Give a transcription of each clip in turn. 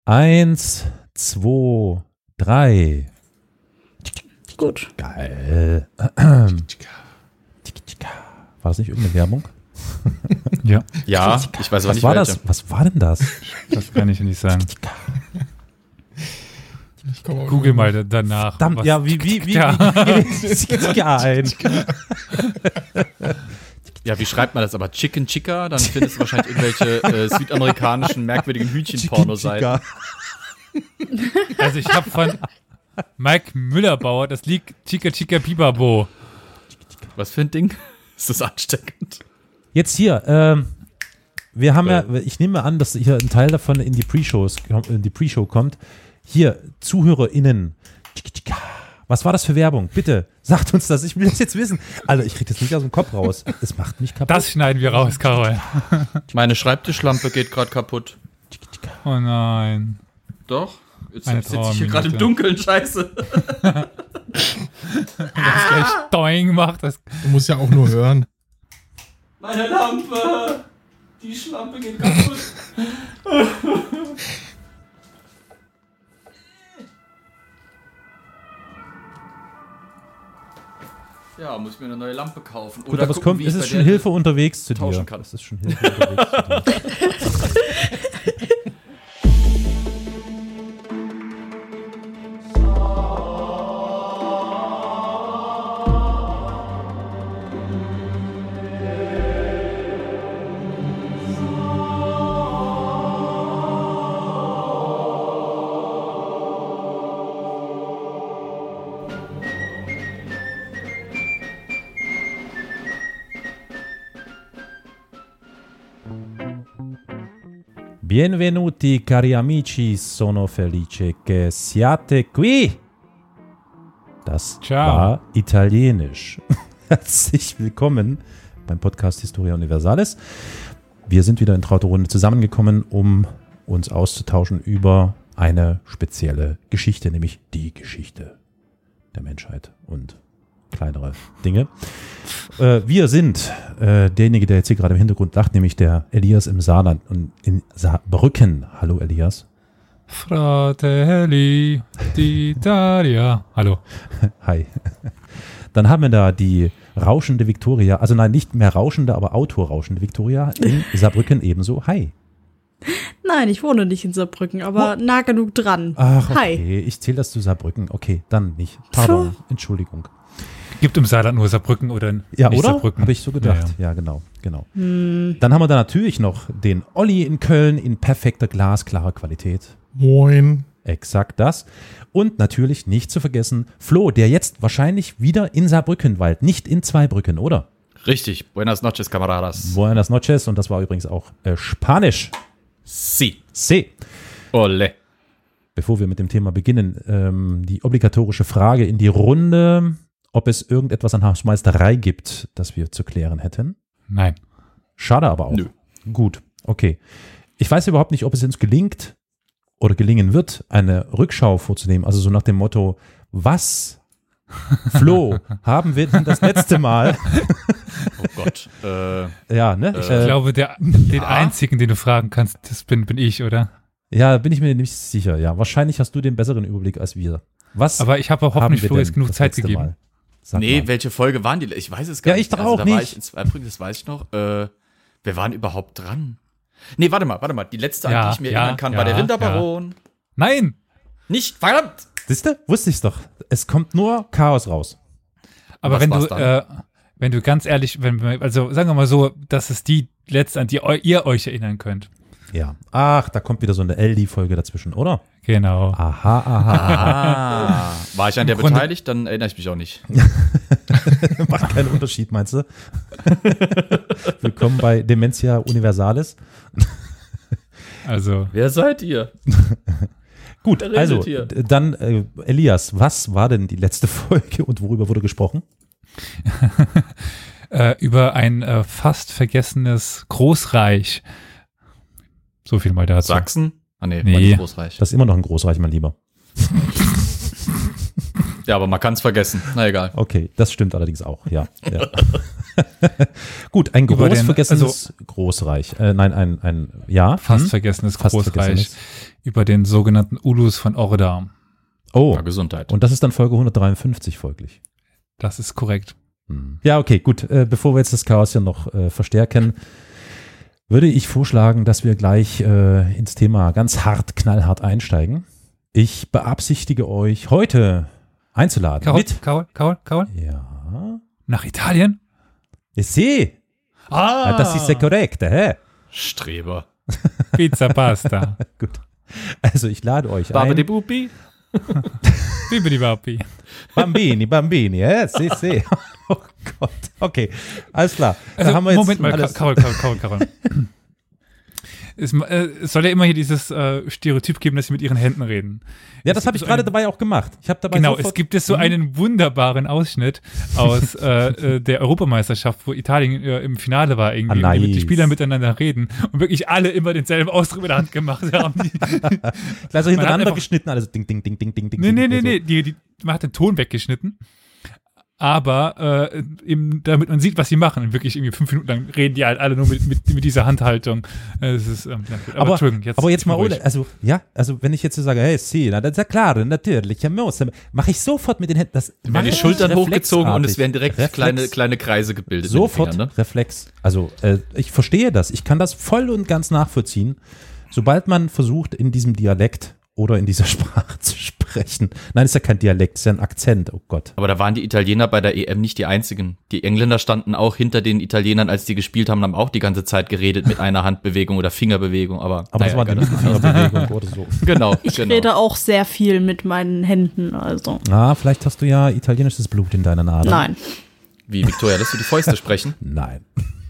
1, 2, 3. Gut. Geil. War das nicht irgendeine Werbung? Ja. Ja, ich weiß aber Was nicht war welche. das? Was war denn das? Das kann ich nicht sagen. Ich komme Google mal danach. Verdammt, was- ja, wie ein. Ja, wie schreibt man das aber? Chicken Chica? Dann findest du wahrscheinlich irgendwelche südamerikanischen merkwürdigen Hühnchen-Pornoseiten. Also ich habe von Mike Müllerbauer das Lied Chica Chica Bibabo. Was für ein Ding? Ist das ansteckend? Jetzt hier, wir haben ja, ich nehme an, dass hier ein Teil davon in die Pre-Show kommt. Hier, ZuhörerInnen. Was war das für Werbung? Bitte, sagt uns das. Ich will das jetzt wissen. Alter, ich krieg das nicht aus dem Kopf raus. Es macht mich kaputt. Das schneiden wir raus, Carol. Meine Schreibtischlampe geht gerade kaputt. Oh nein. Doch? Jetzt Eine sitze ich hier gerade im Trauerminute. Dunkeln, scheiße. Das gleich Doing macht. Das Du musst ja auch nur hören. Meine Lampe! Die Schlampe geht kaputt. Ja, muss ich mir eine neue Lampe kaufen. Gut, aber es kommt, es ist schon Hilfe unterwegs zu dir. tauschen kann. Es ist schon Hilfe unterwegs zu dir. Benvenuti cari amici, sono felice che siate qui. Das Ciao. war Italienisch. Herzlich willkommen beim Podcast Historia Universalis. Wir sind wieder in trauter Runde zusammengekommen, um uns auszutauschen über eine spezielle Geschichte, nämlich die Geschichte der Menschheit und kleinere Dinge. Wir sind derjenige, der jetzt hier gerade im Hintergrund lacht, nämlich der Elias im Saarland und in Saarbrücken. Hallo Elias. Fratelli d'Italia. Hallo. Hi. Dann haben wir da die rauschende Victoria, also nein, nicht mehr rauschende, aber autorauschende Victoria in Saarbrücken ebenso. Hi. Nein, ich wohne nicht in Saarbrücken, aber nah genug dran. Ach, okay. Hi. Ich zähle das zu Saarbrücken. Okay, dann nicht. Pardon, Entschuldigung. Gibt im Saarland nur Saarbrücken oder Ja, nicht oder? Saarbrücken? Habe ich so gedacht. Ja, genau. Dann haben wir da natürlich noch den Olli in Köln in perfekter glasklarer Qualität. Moin. Exakt das. Und natürlich nicht zu vergessen, Flo, der jetzt wahrscheinlich wieder in Saarbrücken weilt, nicht in Zweibrücken, oder? Richtig. Buenas noches, camaradas. Buenas noches. Und das war übrigens auch Spanisch. Si. Sí. Ole. Bevor wir mit dem Thema beginnen, die obligatorische Frage in die Runde, ob es irgendetwas an Hausmeisterei gibt, das wir zu klären hätten. Nein. Schade aber auch. Nö. Gut, okay. Ich weiß überhaupt nicht, ob es uns gelingt oder gelingen wird, eine Rückschau vorzunehmen. Also so nach dem Motto, was, Flo, haben wir denn das letzte Mal? Oh Gott. Ja, ne? Ich glaube, den einzigen, den du fragen kannst, das bin ich, oder? Ja, bin ich mir nicht sicher. Ja, wahrscheinlich hast du den besseren Überblick als wir. Was Aber ich habe haben hoffentlich wir Flo denn jetzt genug das Zeit letzte gegeben. Mal? Sag Nee, mal. welche Folge waren die? Ich weiß es gar Ja, nicht. ich doch auch da war nicht. ich in Zweibrücken, das weiß ich noch. Wir waren überhaupt dran. Nee, warte mal. Die letzte, an Ja, die ich mir ja, erinnern kann, ja, war der Rinderbaron. Nein! Nicht, verdammt! Siehste? Wusste ich's doch. Es kommt nur Chaos raus. Aber Was wenn war's wenn du ganz ehrlich, also sagen wir mal so, dass es die letzte, an die ihr euch erinnern könnt. Ja. Ach, da kommt wieder so eine LD-Folge dazwischen, oder? Genau. Aha. Ah, war ich an der Grunde- beteiligt? Dann erinnere ich mich auch nicht. Macht keinen Unterschied, meinst du? Willkommen bei Dementia Universalis. Also, Wer seid ihr? Gut, Wer redet also hier? dann Elias, was war denn die letzte Folge und worüber wurde gesprochen? über ein fast vergessenes Großreich. So viel mal dazu. Sachsen? Ah, nee, Nee. war nicht Großreich. Das ist immer noch ein Großreich, mein Lieber. Ja, aber man kann es vergessen. Na egal. Okay, das stimmt allerdings auch, ja. Gut, ein Über groß den- vergessenes Großreich. Nein, ein ja. Fast vergessenes Fast Großreich. vergessenes. über den sogenannten Ulus von Orda. Oh, Ja, Gesundheit. und das ist dann Folge 153 folglich. Das ist korrekt. Ja, okay, gut. Bevor wir jetzt das Chaos hier noch verstärken, würde ich vorschlagen, dass wir gleich ins Thema ganz hart, knallhart einsteigen. Ich beabsichtige euch heute einzuladen. Carol? Ja. Nach Italien? Sí. Das ist sehr korrekt, hä? Streber. Pizza Pasta. Gut. Also ich lade euch Babidi ein. Bubi. Bibidi Babi. Bambini, sí. Oh Gott. Okay, alles klar. Da Also, haben wir jetzt Moment mal, alles. Carol. Es soll ja immer hier dieses Stereotyp geben, dass sie mit ihren Händen reden. Ja, das habe ich gerade dabei auch gemacht. Ich habe dabei Genau, sofort, es gibt so einen wunderbaren Ausschnitt aus der Europameisterschaft, wo Italien im Finale war irgendwie, nice. und die Spieler miteinander reden und wirklich alle immer denselben Ausdruck mit der Hand gemacht haben. also hintereinander einfach- geschnitten, alles ding, ding, ding, ding, ding, ding. Nee, man hat den Ton weggeschnitten, aber eben damit man sieht, was sie machen. Und wirklich irgendwie 5 Minuten lang reden die halt alle nur mit dieser Handhaltung. Es ist, aber Entschuldigung, aber jetzt mal ruhig. ohne, also wenn ich jetzt so sage, hey, sí, na, das ist ja klar, natürlich, ja, mache ich sofort mit den Händen. Das Dann werden die mache ich Schultern hochgezogen und es werden direkt Reflex. kleine Kreise gebildet. Sofort mit den Fingern, ne? Reflex. Also ich verstehe das, ich kann das voll und ganz nachvollziehen. Sobald man versucht, in diesem Dialekt oder in dieser Sprache zu sprechen. Nein, ist ja kein Dialekt, ist ja ein Akzent, oh Gott. Aber da waren die Italiener bei der EM nicht die einzigen. Die Engländer standen auch hinter den Italienern, als die gespielt haben, haben auch die ganze Zeit geredet mit einer Handbewegung oder Fingerbewegung. Aber das war die Mittelfingerbewegung oder so. Genau. Ich rede auch sehr viel mit meinen Händen, also. Vielleicht hast du ja italienisches Blut in deinen Adern. Nein. Wie, Victoria, lässt du die Fäuste sprechen? Nein.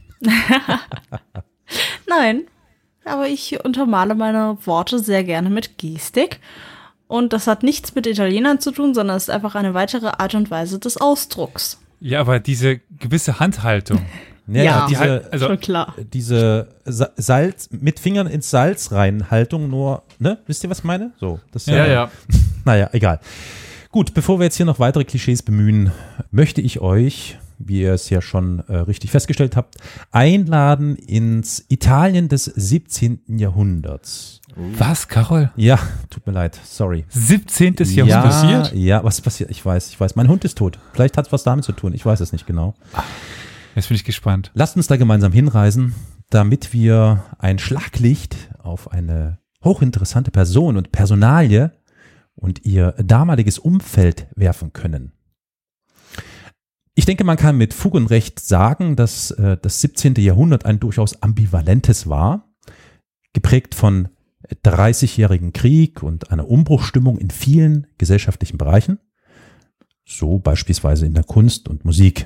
Nein. Aber ich untermale meine Worte sehr gerne mit Gestik. Und das hat nichts mit Italienern zu tun, sondern es ist einfach eine weitere Art und Weise des Ausdrucks. Ja, aber diese gewisse Handhaltung. Ja, die halt, also schon klar. Diese Salz, mit Fingern ins Salz rein Haltung nur, ne? Wisst ihr, was ich meine? So, das ist Ja. Naja, egal. Gut, bevor wir jetzt hier noch weitere Klischees bemühen, möchte ich euch, wie ihr es ja schon richtig festgestellt habt, einladen ins Italien des 17. Jahrhunderts. was, Carol? Ja, tut mir leid, sorry. 17. Jahrhundert passiert? Ja, was passiert? Ich weiß. Mein Hund ist tot. Vielleicht hat es was damit zu tun. Ich weiß es nicht genau. Jetzt bin ich gespannt. Lasst uns da gemeinsam hinreisen, damit wir ein Schlaglicht auf eine hochinteressante Person und Personalie und ihr damaliges Umfeld werfen können. Ich denke, man kann mit Fug und Recht sagen, dass das 17. Jahrhundert ein durchaus ambivalentes war, geprägt von 30-jährigen Krieg und einer Umbruchsstimmung in vielen gesellschaftlichen Bereichen, so beispielsweise in der Kunst und Musik.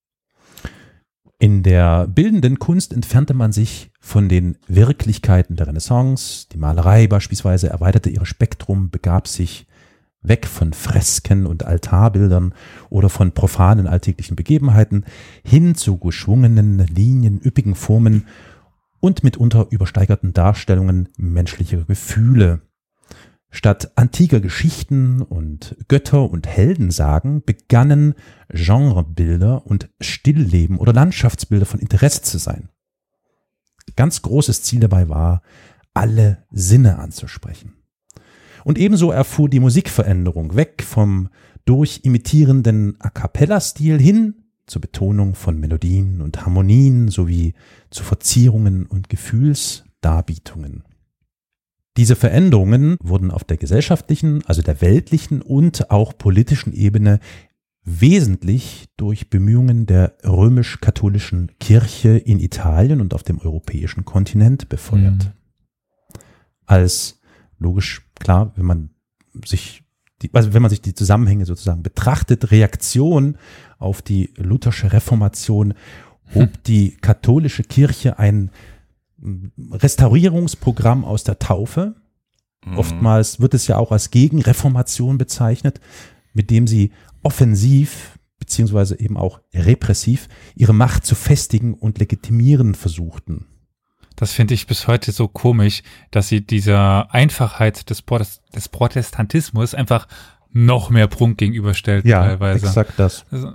In der bildenden Kunst entfernte man sich von den Wirklichkeiten der Renaissance. Die Malerei beispielsweise erweiterte ihr Spektrum, begab sich weg von Fresken und Altarbildern oder von profanen alltäglichen Begebenheiten hin zu geschwungenen Linien, üppigen Formen und mitunter übersteigerten Darstellungen menschlicher Gefühle. Statt antiker Geschichten und Götter- und Heldensagen begannen Genrebilder und Stillleben oder Landschaftsbilder von Interesse zu sein. Ganz großes Ziel dabei war, alle Sinne anzusprechen. Und ebenso erfuhr die Musikveränderung weg vom durchimitierenden A-cappella-Stil hin zur Betonung von Melodien und Harmonien sowie zu Verzierungen und Gefühlsdarbietungen. Diese Veränderungen wurden auf der gesellschaftlichen, also der weltlichen und auch politischen Ebene wesentlich durch Bemühungen der römisch-katholischen Kirche in Italien und auf dem europäischen Kontinent befeuert. Als logisch klar, wenn man sich die Zusammenhänge sozusagen betrachtet, Reaktion auf die luthersche Reformation, hob die katholische Kirche ein Restaurierungsprogramm aus der Taufe. Oftmals wird es ja auch als Gegenreformation bezeichnet, mit dem sie offensiv beziehungsweise eben auch repressiv ihre Macht zu festigen und legitimieren versuchten. Das finde ich bis heute so komisch, dass sie dieser Einfachheit des Protestantismus einfach noch mehr Prunk gegenüberstellt teilweise. Exakt das. Also,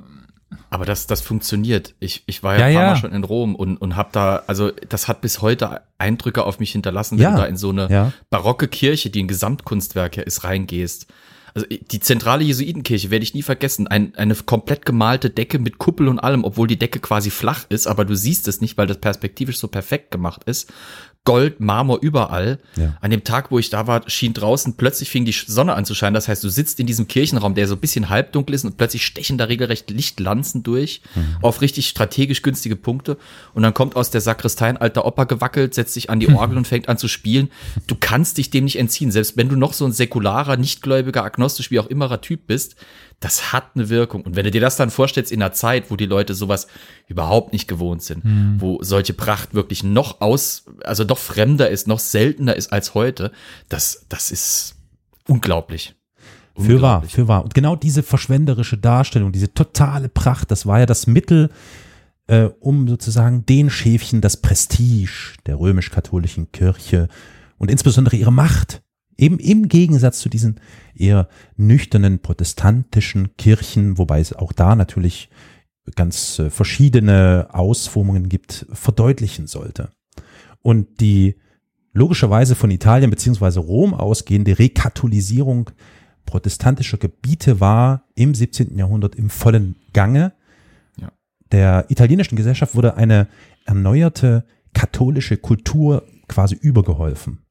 Aber das funktioniert. Ich war ja ein paar Mal schon in Rom und hab da, also das hat bis heute Eindrücke auf mich hinterlassen, wenn du da in so eine barocke Kirche, die ein Gesamtkunstwerk ist, reingehst. Also die zentrale Jesuitenkirche werde ich nie vergessen. Eine komplett gemalte Decke mit Kuppel und allem, obwohl die Decke quasi flach ist, aber du siehst es nicht, weil das perspektivisch so perfekt gemacht ist. Gold, Marmor überall. Ja. An dem Tag, wo ich da war, schien draußen, plötzlich fing die Sonne an zu scheinen. Das heißt, du sitzt in diesem Kirchenraum, der so ein bisschen halbdunkel ist und plötzlich stechen da regelrecht Lichtlanzen durch auf richtig strategisch günstige Punkte. Und dann kommt aus der Sakristei ein alter Opa gewackelt, setzt sich an die Orgel und fängt an zu spielen. Du kannst dich dem nicht entziehen. Selbst wenn du noch so ein säkularer, nichtgläubiger, agnostisch, wie auch immerer Typ bist, das hat eine Wirkung. Und wenn du dir das dann vorstellst in einer Zeit, wo die Leute sowas überhaupt nicht gewohnt sind, wo solche Pracht wirklich noch fremder ist, noch seltener ist als heute, das ist unglaublich. Für wahr. Und genau diese verschwenderische Darstellung, diese totale Pracht, das war ja das Mittel, um sozusagen den Schäfchen das Prestige der römisch-katholischen Kirche und insbesondere ihre Macht, eben im Gegensatz zu diesen eher nüchternen protestantischen Kirchen, wobei es auch da natürlich ganz verschiedene Ausformungen gibt, verdeutlichen sollte. Und die logischerweise von Italien bzw. Rom ausgehende Rekatholisierung protestantischer Gebiete war im 17. Jahrhundert im vollen Gange. Ja. Der italienischen Gesellschaft wurde eine erneuerte katholische Kultur quasi übergeholfen.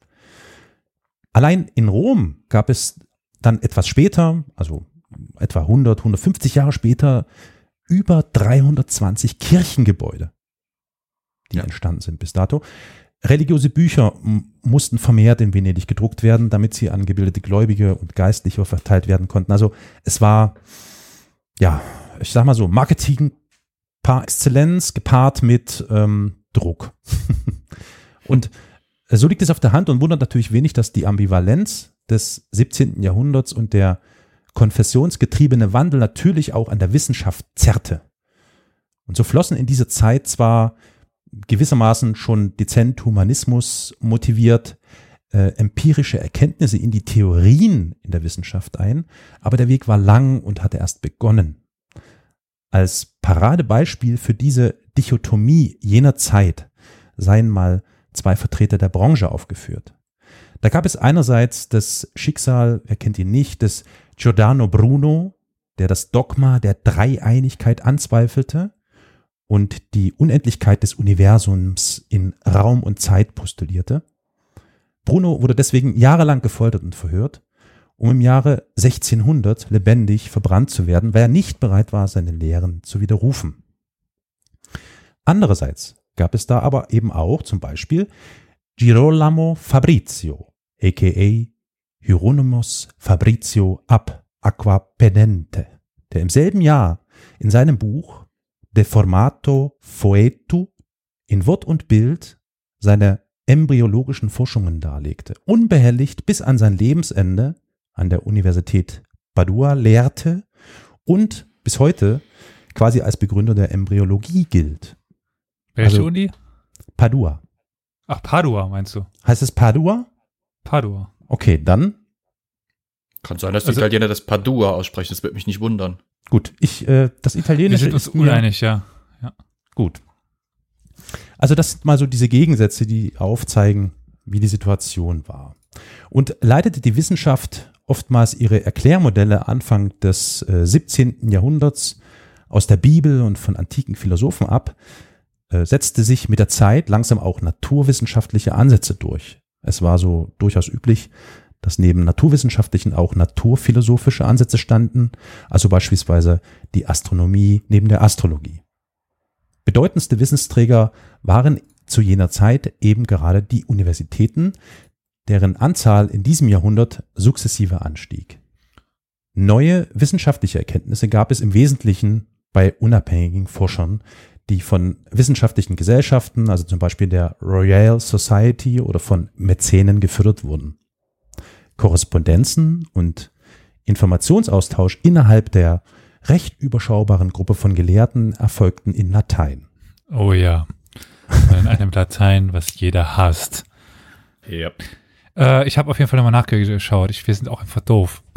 Allein in Rom gab es dann etwas später, also etwa 100, 150 Jahre später, über 320 Kirchengebäude, die entstanden sind bis dato. Religiöse Bücher mussten vermehrt in Venedig gedruckt werden, damit sie an gebildete Gläubige und Geistliche verteilt werden konnten. Also es war, ich sag mal so, Marketing par excellence gepaart mit Druck. Und so liegt es auf der Hand und wundert natürlich wenig, dass die Ambivalenz des 17. Jahrhunderts und der konfessionsgetriebene Wandel natürlich auch an der Wissenschaft zerrte. Und so flossen in dieser Zeit zwar gewissermaßen schon dezent Humanismus motiviert empirische Erkenntnisse in die Theorien in der Wissenschaft ein, aber der Weg war lang und hatte erst begonnen. Als Paradebeispiel für diese Dichotomie jener Zeit seien mal zwei Vertreter der Branche aufgeführt. Da gab es einerseits das Schicksal, wer kennt ihn nicht, des Giordano Bruno, der das Dogma der Dreieinigkeit anzweifelte und die Unendlichkeit des Universums in Raum und Zeit postulierte. Bruno wurde deswegen jahrelang gefoltert und verhört, um im Jahre 1600 lebendig verbrannt zu werden, weil er nicht bereit war, seine Lehren zu widerrufen. Andererseits gab es da aber eben auch zum Beispiel Girolamo Fabrizio, a.k.a. Hieronymus Fabrizio ab Acquapendente, der im selben Jahr in seinem Buch De Formato Foetu in Wort und Bild seine embryologischen Forschungen darlegte, unbehelligt bis an sein Lebensende an der Universität Padua lehrte und bis heute quasi als Begründer der Embryologie gilt. Welche Uni? Padua. Ach, Padua meinst du? Heißt es Padua? Padua. Okay, dann. Kann sein, dass die Italiener das Padua aussprechen, das würde mich nicht wundern. Gut, das Italienische Wir sind uns uneinig, ja. Gut. Also das sind mal so diese Gegensätze, die aufzeigen, wie die Situation war. Und leitete die Wissenschaft oftmals ihre Erklärmodelle Anfang des 17. Jahrhunderts aus der Bibel und von antiken Philosophen ab, setzte sich mit der Zeit langsam auch naturwissenschaftliche Ansätze durch. Es war so durchaus üblich, dass neben naturwissenschaftlichen auch naturphilosophische Ansätze standen, also beispielsweise die Astronomie neben der Astrologie. Bedeutendste Wissensträger waren zu jener Zeit eben gerade die Universitäten, deren Anzahl in diesem Jahrhundert sukzessive anstieg. Neue wissenschaftliche Erkenntnisse gab es im Wesentlichen bei unabhängigen Forschern, die von wissenschaftlichen Gesellschaften, also zum Beispiel der Royal Society oder von Mäzenen gefördert wurden. Korrespondenzen und Informationsaustausch innerhalb der recht überschaubaren Gruppe von Gelehrten erfolgten in Latein. Oh ja, in einem Latein, was jeder hasst. Ja. Ich habe auf jeden Fall nochmal nachgeschaut. Wir sind auch einfach doof.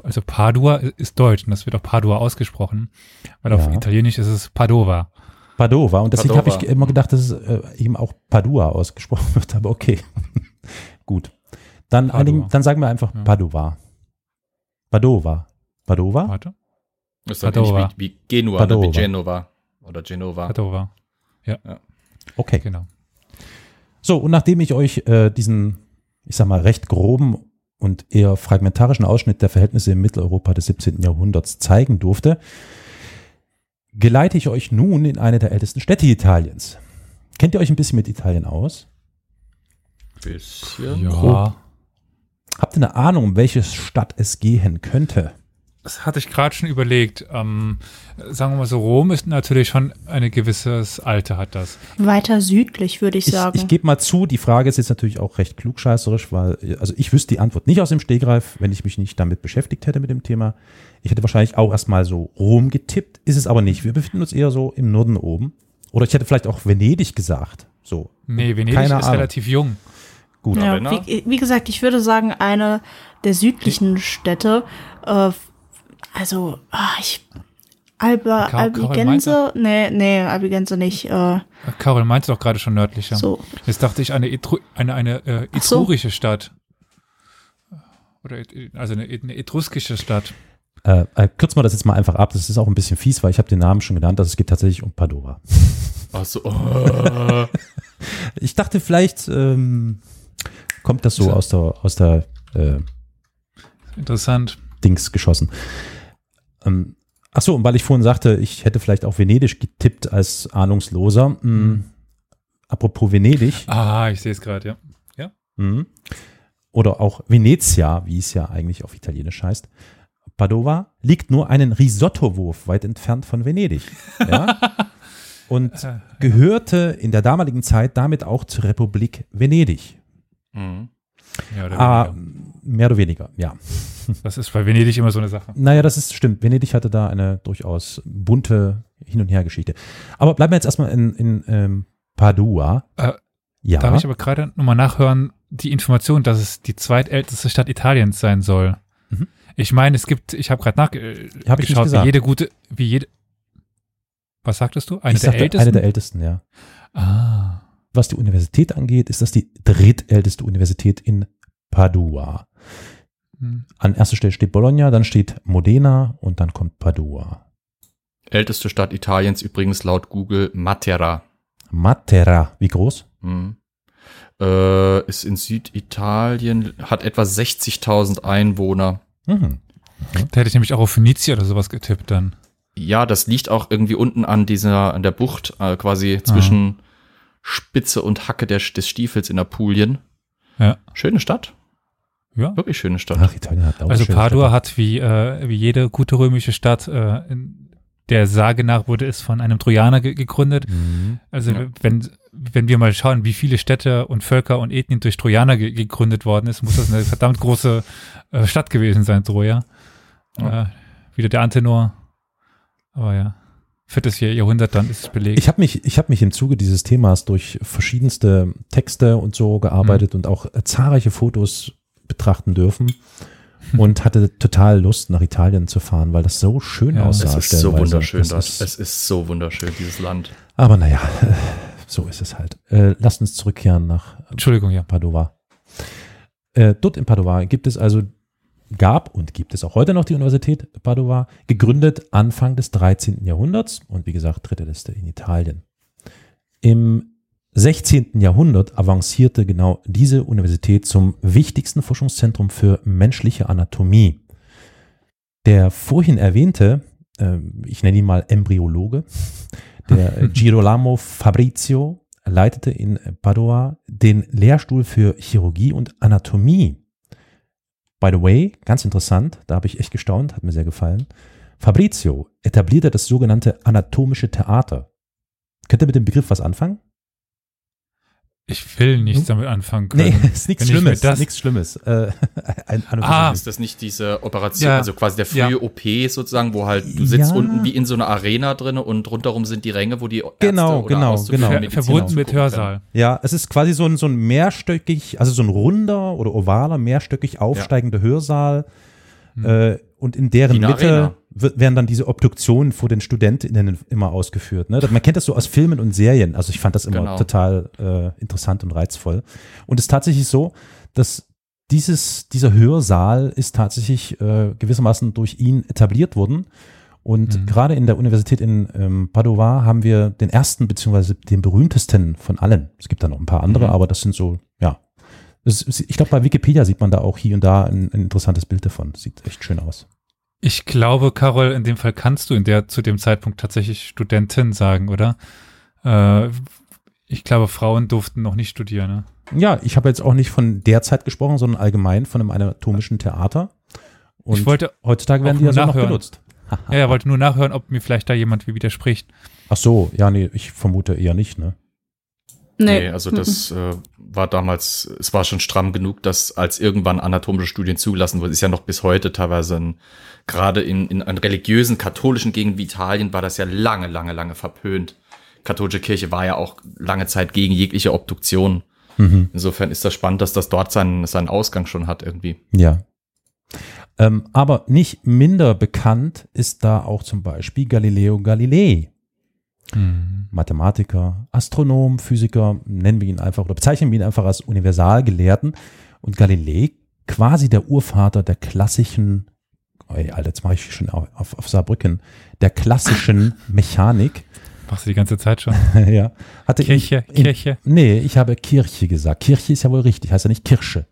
also Padua ist Deutsch und das wird auch Padua ausgesprochen, weil auf Italienisch ist es Padova. Padova. Und deswegen habe ich immer gedacht, dass es eben auch Padua ausgesprochen wird, aber okay. Gut. Dann sagen wir einfach Padova. Padova. Padova? Warte. Das ist doch wie Genua, wie Genova oder Genova. Padova. Ja. Okay. Genau. So, und nachdem ich euch diesen, ich sag mal, recht groben und eher fragmentarischen Ausschnitt der Verhältnisse im Mitteleuropa des 17. Jahrhunderts zeigen durfte, geleite ich euch nun in eine der ältesten Städte Italiens. Kennt ihr euch ein bisschen mit Italien aus? Bisschen. Ja. Habt ihr eine Ahnung, um welche Stadt es gehen könnte? Das hatte ich gerade schon überlegt. Sagen wir mal so, Rom ist natürlich schon ein gewisses Alter, hat das. Weiter südlich, würde ich sagen. Ich gebe mal zu, die Frage ist jetzt natürlich auch recht klugscheißerisch, weil, also ich wüsste die Antwort nicht aus dem Stegreif, wenn ich mich nicht damit beschäftigt hätte mit dem Thema. Ich hätte wahrscheinlich auch erstmal so Rom getippt, ist es aber nicht. Wir befinden uns eher so im Norden oben. Oder ich hätte vielleicht auch Venedig gesagt. So. Nee, Venedig ist relativ jung. Gut. Ja, wie gesagt, ich würde sagen, eine der südlichen Städte, Albigense? Nee, Albigense nicht. Carol meinte doch gerade schon nördlicher. So. Jetzt dachte ich eine etrurische Stadt. Oder also eine etruskische Stadt. Kürzen wir das jetzt mal einfach ab. Das ist auch ein bisschen fies, weil ich habe den Namen schon genannt. Also es geht tatsächlich um Padova. Ach so. Ich dachte, vielleicht kommt das so aus der interessant. Dings geschossen. Achso, und weil ich vorhin sagte, ich hätte vielleicht auch Venedig getippt als Ahnungsloser. Apropos Venedig. Ich sehe es gerade, ja. Oder auch Venezia, wie es ja eigentlich auf Italienisch heißt. Padova liegt nur einen Risottowurf weit entfernt von Venedig. Ja? Und gehörte in der damaligen Zeit damit auch zur Republik Venedig. Mehr oder weniger, ja. Das ist bei Venedig immer so eine Sache. Naja, stimmt. Venedig hatte da eine durchaus bunte Hin- und Her-Geschichte. Aber bleiben wir jetzt erstmal in Padua. Ja. Darf ich aber gerade nochmal nachhören, die Information, dass es die zweitälteste Stadt Italiens sein soll. Ich meine, ich habe gerade nachgeschaut, wie jede, was sagtest du? Eine der ältesten? Eine der ältesten, ja. Was die Universität angeht, ist das die drittälteste Universität in Padua. An erster Stelle steht Bologna, dann steht Modena und dann kommt Padua. Älteste Stadt Italiens übrigens laut Google Matera. Matera, wie groß? Ist in Süditalien, hat etwa 60.000 Einwohner. Da hätte ich nämlich auch auf Phönizia oder sowas getippt dann. Ja, das liegt auch irgendwie unten an der Bucht, quasi zwischen Spitze und Hacke des Stiefels in Apulien. Ja. Schöne Stadt. Ja. Wirklich schöne Stadt. Ach, Italien hat auch also schöne Padua Städte. hat wie jede gute römische Stadt, der Sage nach wurde es von einem Trojaner gegründet. Also wenn wir mal schauen, wie viele Städte und Völker und Ethnien durch Trojaner gegründet worden ist, muss das eine verdammt große Stadt gewesen sein, Troja. Wieder der Antenor. Aber ja, 4. Jahrhundert, dann ist es belegt. Ich habe mich im Zuge dieses Themas durch verschiedenste Texte und so gearbeitet und auch zahlreiche Fotos betrachten dürfen und hatte total Lust, nach Italien zu fahren, weil das so schön aussah. Es ist so wunderschön dort. Es ist so wunderschön, dieses Land. Aber naja, so ist es halt. Lasst uns zurückkehren nach Padova. Dort in Padova gab und gibt es auch heute noch die Universität Padova, gegründet Anfang des 13. Jahrhunderts und wie gesagt, drittälteste in Italien. Im 16. Jahrhundert avancierte genau diese Universität zum wichtigsten Forschungszentrum für menschliche Anatomie. Der vorhin erwähnte, ich nenne ihn mal Embryologe, der Girolamo Fabrizio, leitete in Padua den Lehrstuhl für Chirurgie und Anatomie. By the way, ganz interessant, da habe ich echt gestaunt, hat mir sehr gefallen. Fabrizio etablierte das sogenannte anatomische Theater. Könnt ihr mit dem Begriff was anfangen? Ich will nichts damit anfangen können. Nee, ist nichts Schlimmes. Nichts Schlimmes. Ist das nicht diese Operation, also quasi der frühe OP sozusagen, wo halt du sitzt unten wie in so einer Arena drin und rundherum sind die Ränge, wo die Ärzte genau. Verbunden mit Hörsaal. Ja, es ist quasi so ein mehrstöckig, also so ein runder oder ovaler, mehrstöckig aufsteigender Hörsaal. und in deren Mitte werden dann diese Obduktionen vor den StudentInnen immer ausgeführt. Ne? Man kennt das so aus Filmen und Serien. Also ich fand das immer total interessant und reizvoll. Und es ist tatsächlich so, dass dieser Hörsaal ist tatsächlich gewissermaßen durch ihn etabliert worden. Und gerade in der Universität in Padova haben wir den ersten beziehungsweise den berühmtesten von allen. Es gibt da noch ein paar andere, aber das sind so, ja. Ich glaube, bei Wikipedia sieht man da auch hier und da ein interessantes Bild davon. Sieht echt schön aus. Ich glaube, Carol, in dem Fall kannst du zu dem Zeitpunkt tatsächlich Studentin sagen, oder? Ich glaube, Frauen durften noch nicht studieren, ne? Ja, ich habe jetzt auch nicht von der Zeit gesprochen, sondern allgemein von einem anatomischen Theater. Und heutzutage werden die ja so noch benutzt. Ja, wollte nur nachhören, ob mir vielleicht da jemand widerspricht. Ach so, ja, nee, ich vermute eher nicht, ne? Nee, also das war damals, es war schon stramm genug, dass als irgendwann anatomische Studien zugelassen wurden, ist ja noch bis heute teilweise gerade in religiösen, katholischen Gegenden wie Italien war das ja lange verpönt. Katholische Kirche war ja auch lange Zeit gegen jegliche Obduktion. Insofern ist das spannend, dass das dort seinen Ausgang schon hat irgendwie. Ja. Aber nicht minder bekannt ist da auch zum Beispiel Galileo Galilei. Mathematiker, Astronom, Physiker, nennen wir ihn einfach oder bezeichnen wir ihn einfach als Universalgelehrten. Und Galilei, quasi der Urvater der klassischen, jetzt mache ich schon auf Saarbrücken, der klassischen Mechanik. Machst du die ganze Zeit schon? Ja. Kirche. Nee, ich habe Kirche gesagt. Kirche ist ja wohl richtig, heißt ja nicht Kirsche.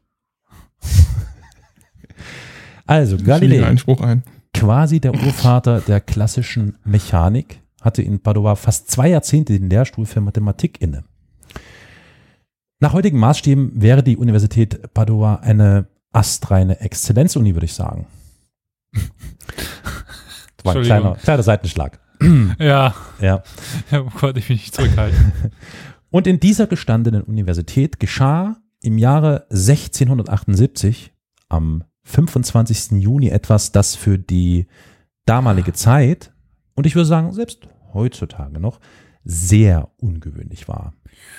Also Galilei, Einspruch ein. quasi der Urvater der klassischen Mechanik, hatte in Padova fast 2 Jahrzehnte den Lehrstuhl für Mathematik inne. Nach heutigen Maßstäben wäre die Universität Padova eine astreine Exzellenzuni, würde ich sagen. Das war ein kleiner Seitenschlag. Ja. Ja. Konnte ich mich nicht zurückhalten. Und in dieser gestandenen Universität geschah im Jahre 1678 am 25. Juni etwas, das für die damalige Zeit und ich würde sagen, selbst heutzutage noch, sehr ungewöhnlich war.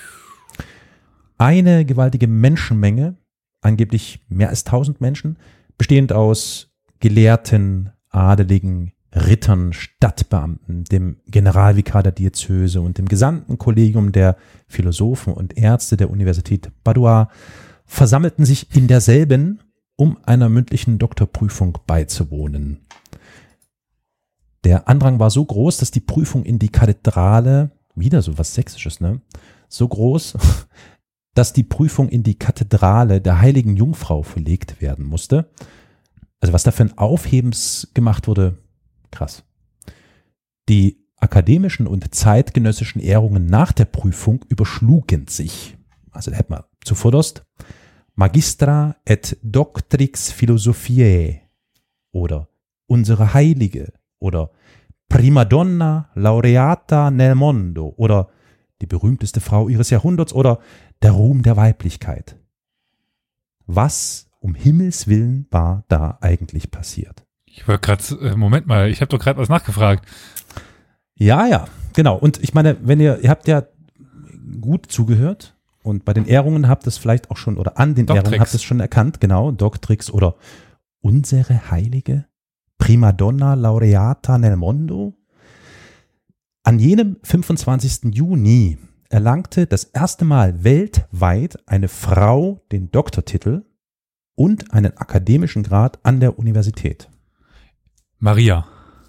Eine gewaltige Menschenmenge, angeblich mehr als 1000 Menschen, bestehend aus Gelehrten, Adeligen, Rittern, Stadtbeamten, dem Generalvikar der Diözese und dem gesamten Kollegium der Philosophen und Ärzte der Universität Padua, versammelten sich in derselben, um einer mündlichen Doktorprüfung beizuwohnen. Der Andrang war so groß, dass die Prüfung in die Kathedrale, wieder so was Sächsisches, ne? So groß, dass die Prüfung in die Kathedrale der Heiligen Jungfrau verlegt werden musste. Also was da für ein Aufhebens gemacht wurde, krass. Die akademischen und zeitgenössischen Ehrungen nach der Prüfung überschlugen sich. Also da hätten wir zuvorderst Magistra et Doctrix Philosophiae oder Unsere Heilige oder Prima Donna Laureata nel Mondo oder die berühmteste Frau ihres Jahrhunderts oder der Ruhm der Weiblichkeit. Was um Himmels Willen war da eigentlich passiert? Ich wollte gerade, Moment mal, ich habe doch gerade was nachgefragt. Ja, genau. Und ich meine, wenn ihr habt ja gut zugehört und bei den Ehrungen habt es vielleicht auch schon, oder an den Ehrungen habt es schon erkannt, genau, Doctrix oder Unsere Heilige, Prima Donna Laureata nel Mondo. An jenem 25. Juni erlangte das erste Mal weltweit eine Frau den Doktortitel und einen akademischen Grad an der Universität. Maria.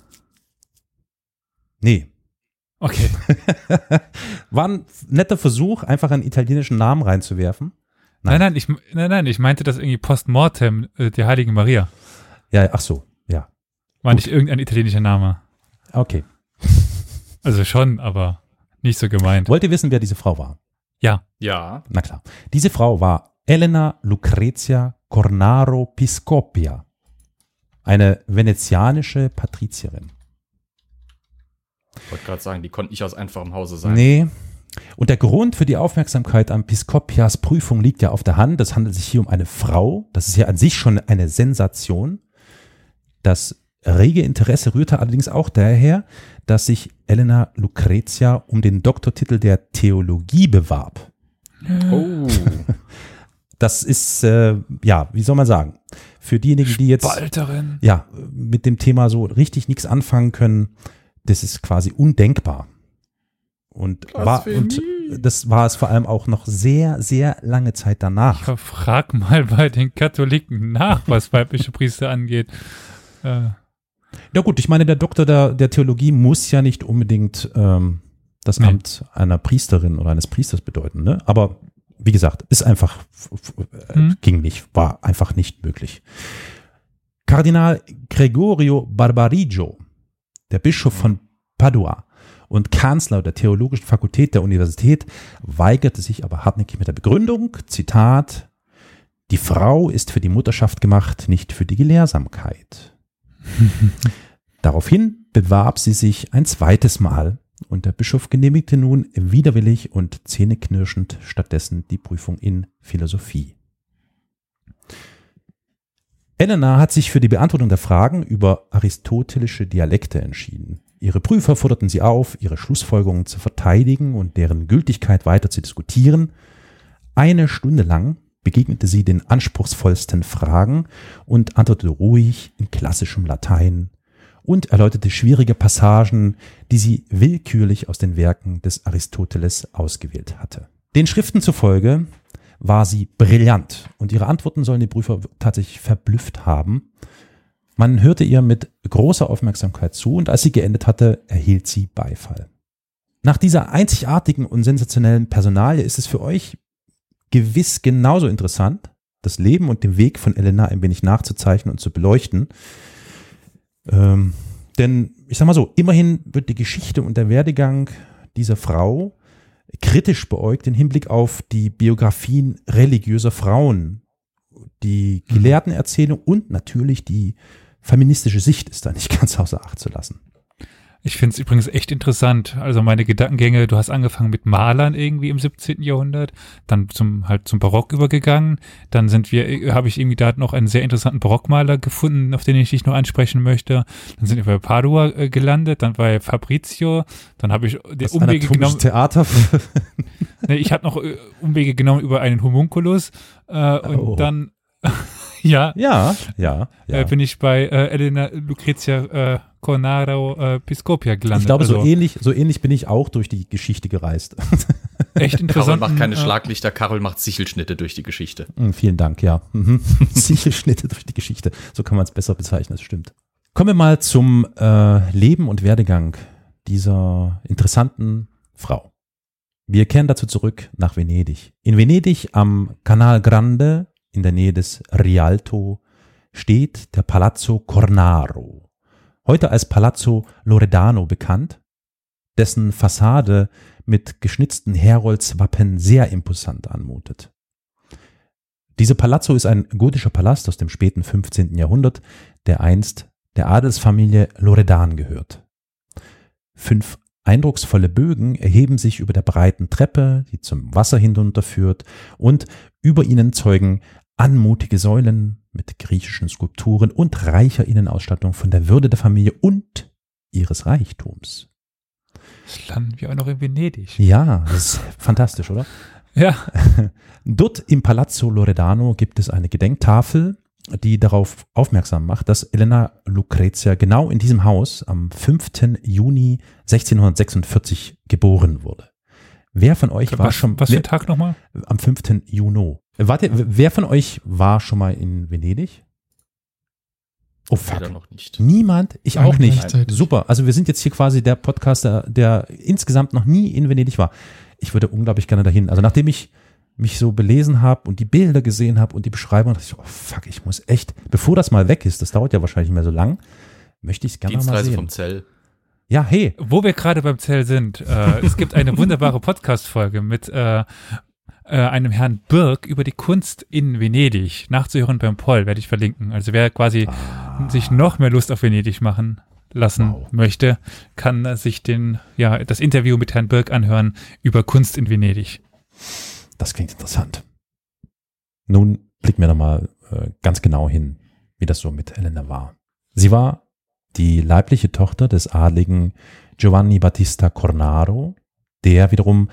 Nee. Okay. War ein netter Versuch, einfach einen italienischen Namen reinzuwerfen. Nein, ich meinte das irgendwie postmortem, die Heilige Maria. Ja, ach so, ja. War nicht irgendein italienischer Name. Okay. Also schon, aber nicht so gemeint. Wollt ihr wissen, wer diese Frau war? Ja. Ja. Na klar. Diese Frau war Elena Lucrezia Cornaro Piscopia, eine venezianische Patrizierin. Ich wollte gerade sagen, die konnte nicht aus einfachem Hause sein. Nee. Und der Grund für die Aufmerksamkeit an Piscopias Prüfung liegt ja auf der Hand. Es handelt sich hier um eine Frau. Das ist ja an sich schon eine Sensation. Das rege Interesse rührte allerdings auch daher, dass sich Elena Lucrezia um den Doktortitel der Theologie bewarb. Oh. das ist, wie soll man sagen, für diejenigen, die jetzt mit dem Thema so richtig nichts anfangen können, das ist quasi undenkbar. Und das war es vor allem auch noch sehr, sehr lange Zeit danach. Frag mal bei den Katholiken nach, was weibliche Priester angeht. Ja gut, ich meine, der Doktor der Theologie muss ja nicht unbedingt das Amt einer Priesterin oder eines Priesters bedeuten, ne? Aber wie gesagt, ist einfach, ging nicht, war einfach nicht möglich. Kardinal Gregorio Barbarigo, der Bischof von Padua und Kanzler der Theologischen Fakultät der Universität, weigerte sich aber hartnäckig mit der Begründung, Zitat, die Frau ist für die Mutterschaft gemacht, nicht für die Gelehrsamkeit. Daraufhin bewarb sie sich ein zweites Mal und der Bischof genehmigte nun widerwillig und zähneknirschend stattdessen die Prüfung in Philosophie. Elena hat sich für die Beantwortung der Fragen über aristotelische Dialekte entschieden. Ihre Prüfer forderten sie auf, ihre Schlussfolgerungen zu verteidigen und deren Gültigkeit weiter zu diskutieren. 1 Stunde lang begegnete sie den anspruchsvollsten Fragen und antwortete ruhig in klassischem Latein und erläuterte schwierige Passagen, die sie willkürlich aus den Werken des Aristoteles ausgewählt hatte. Den Schriften zufolge war sie brillant und ihre Antworten sollen die Prüfer tatsächlich verblüfft haben. Man hörte ihr mit großer Aufmerksamkeit zu und als sie geendet hatte, erhielt sie Beifall. Nach dieser einzigartigen und sensationellen Personalie ist es für euch gewiss genauso interessant, das Leben und den Weg von Elena ein wenig nachzuzeichnen und zu beleuchten. Denn ich sag mal so, immerhin wird die Geschichte und der Werdegang dieser Frau kritisch beäugt im Hinblick auf die Biografien religiöser Frauen, die Gelehrtenerzählung und natürlich die feministische Sicht ist da nicht ganz außer Acht zu lassen. Ich finde es übrigens echt interessant. Also meine Gedankengänge, du hast angefangen mit Malern irgendwie im 17. Jahrhundert, dann zum Barock übergegangen. Dann habe ich irgendwie da noch einen sehr interessanten Barockmaler gefunden, auf den ich dich noch ansprechen möchte. Dann sind wir bei Padua gelandet, dann bei Fabrizio, dann habe ich Umwege genommen. Theater. Ich habe noch Umwege genommen über einen Homunculus und dann Ja, bin ich bei Elena Lucrezia Cornaro Piscopia gelandet. Ich glaube, so ähnlich bin ich auch durch die Geschichte gereist. Echt interessant. Karol macht keine Schlaglichter, Karol macht Sichelschnitte durch die Geschichte. Vielen Dank, ja. Sichelschnitte durch die Geschichte. So kann man es besser bezeichnen, das stimmt. Kommen wir mal zum Leben und Werdegang dieser interessanten Frau. Wir kehren dazu zurück nach Venedig. In Venedig am Canal Grande in der Nähe des Rialto steht der Palazzo Cornaro, heute als Palazzo Loredano bekannt, dessen Fassade mit geschnitzten Heroldswappen sehr imposant anmutet. Dieser Palazzo ist ein gotischer Palast aus dem späten 15. Jahrhundert, der einst der Adelsfamilie Loredan gehört. 5 eindrucksvolle Bögen erheben sich über der breiten Treppe, die zum Wasser hinunterführt, und über ihnen zeugen anmutige Säulen mit griechischen Skulpturen und reicher Innenausstattung von der Würde der Familie und ihres Reichtums. Jetzt landen wir auch noch in Venedig. Ja, das ist fantastisch, oder? Ja. Dort im Palazzo Loredano gibt es eine Gedenktafel, die darauf aufmerksam macht, dass Elena Lucrezia genau in diesem Haus am 5. Juni 1646 geboren wurde. Wer von euch war schon... Was für ein Tag nochmal? Am 5. Juni. Wer von euch war schon mal in Venedig? Oh fuck. Noch nicht. Niemand? Ich auch nicht. Super. Also wir sind jetzt hier quasi der Podcaster, der insgesamt noch nie in Venedig war. Ich würde unglaublich gerne dahin. Also nachdem ich mich so belesen habe und die Bilder gesehen habe und die Beschreibung, dachte ich, oh fuck, ich muss echt, bevor das mal weg ist, das dauert ja wahrscheinlich nicht mehr so lang, möchte ich es gerne mal sehen. Dienstreise vom Zell. Ja, hey. Wo wir gerade beim Zell sind, es gibt eine wunderbare Podcast-Folge mit einem Herrn Birk über die Kunst in Venedig. Nachzuhören beim Poll, werde ich verlinken. Also wer quasi sich noch mehr Lust auf Venedig machen lassen möchte, kann sich das Interview mit Herrn Birk anhören über Kunst in Venedig. Das klingt interessant. Nun blicken wir nochmal ganz genau hin, wie das so mit Elena war. Sie war die leibliche Tochter des adligen Giovanni Battista Cornaro, der wiederum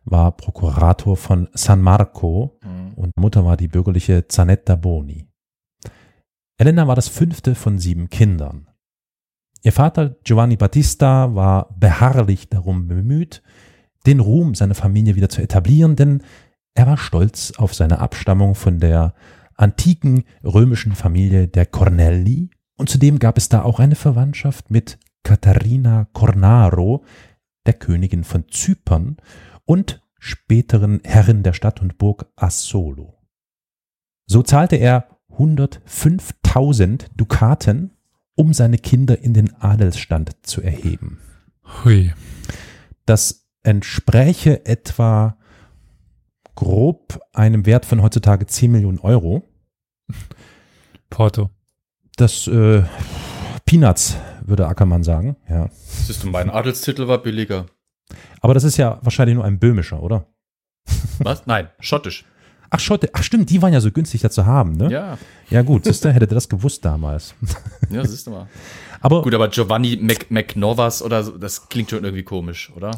war Prokurator von San Marco und Mutter war die bürgerliche Zanetta Boni. Elena war das 5. von 7 Kindern. Ihr Vater Giovanni Battista war beharrlich darum bemüht, den Ruhm seiner Familie wieder zu etablieren, denn er war stolz auf seine Abstammung von der antiken römischen Familie der Cornelli und zudem gab es da auch eine Verwandtschaft mit Caterina Cornaro, der Königin von Zypern und späteren Herrin der Stadt und Burg Asolo. So zahlte er 105.000 Dukaten, um seine Kinder in den Adelsstand zu erheben. Hui. Das entspräche etwa grob einem Wert von heutzutage 10 Millionen Euro. Porto. Das Peanuts, würde Ackermann sagen. Ja. Siehst du, mein Adelstitel war billiger. Aber das ist ja wahrscheinlich nur ein böhmischer, oder? Was? Nein, schottisch. Ach, Schotte. Ach stimmt, die waren ja so günstig da zu haben, ne? Ja. Ja gut, siehste, hätte das gewusst damals. Ja, siehst du mal. Aber gut, aber Giovanni McNovas oder so, das klingt schon irgendwie komisch, oder?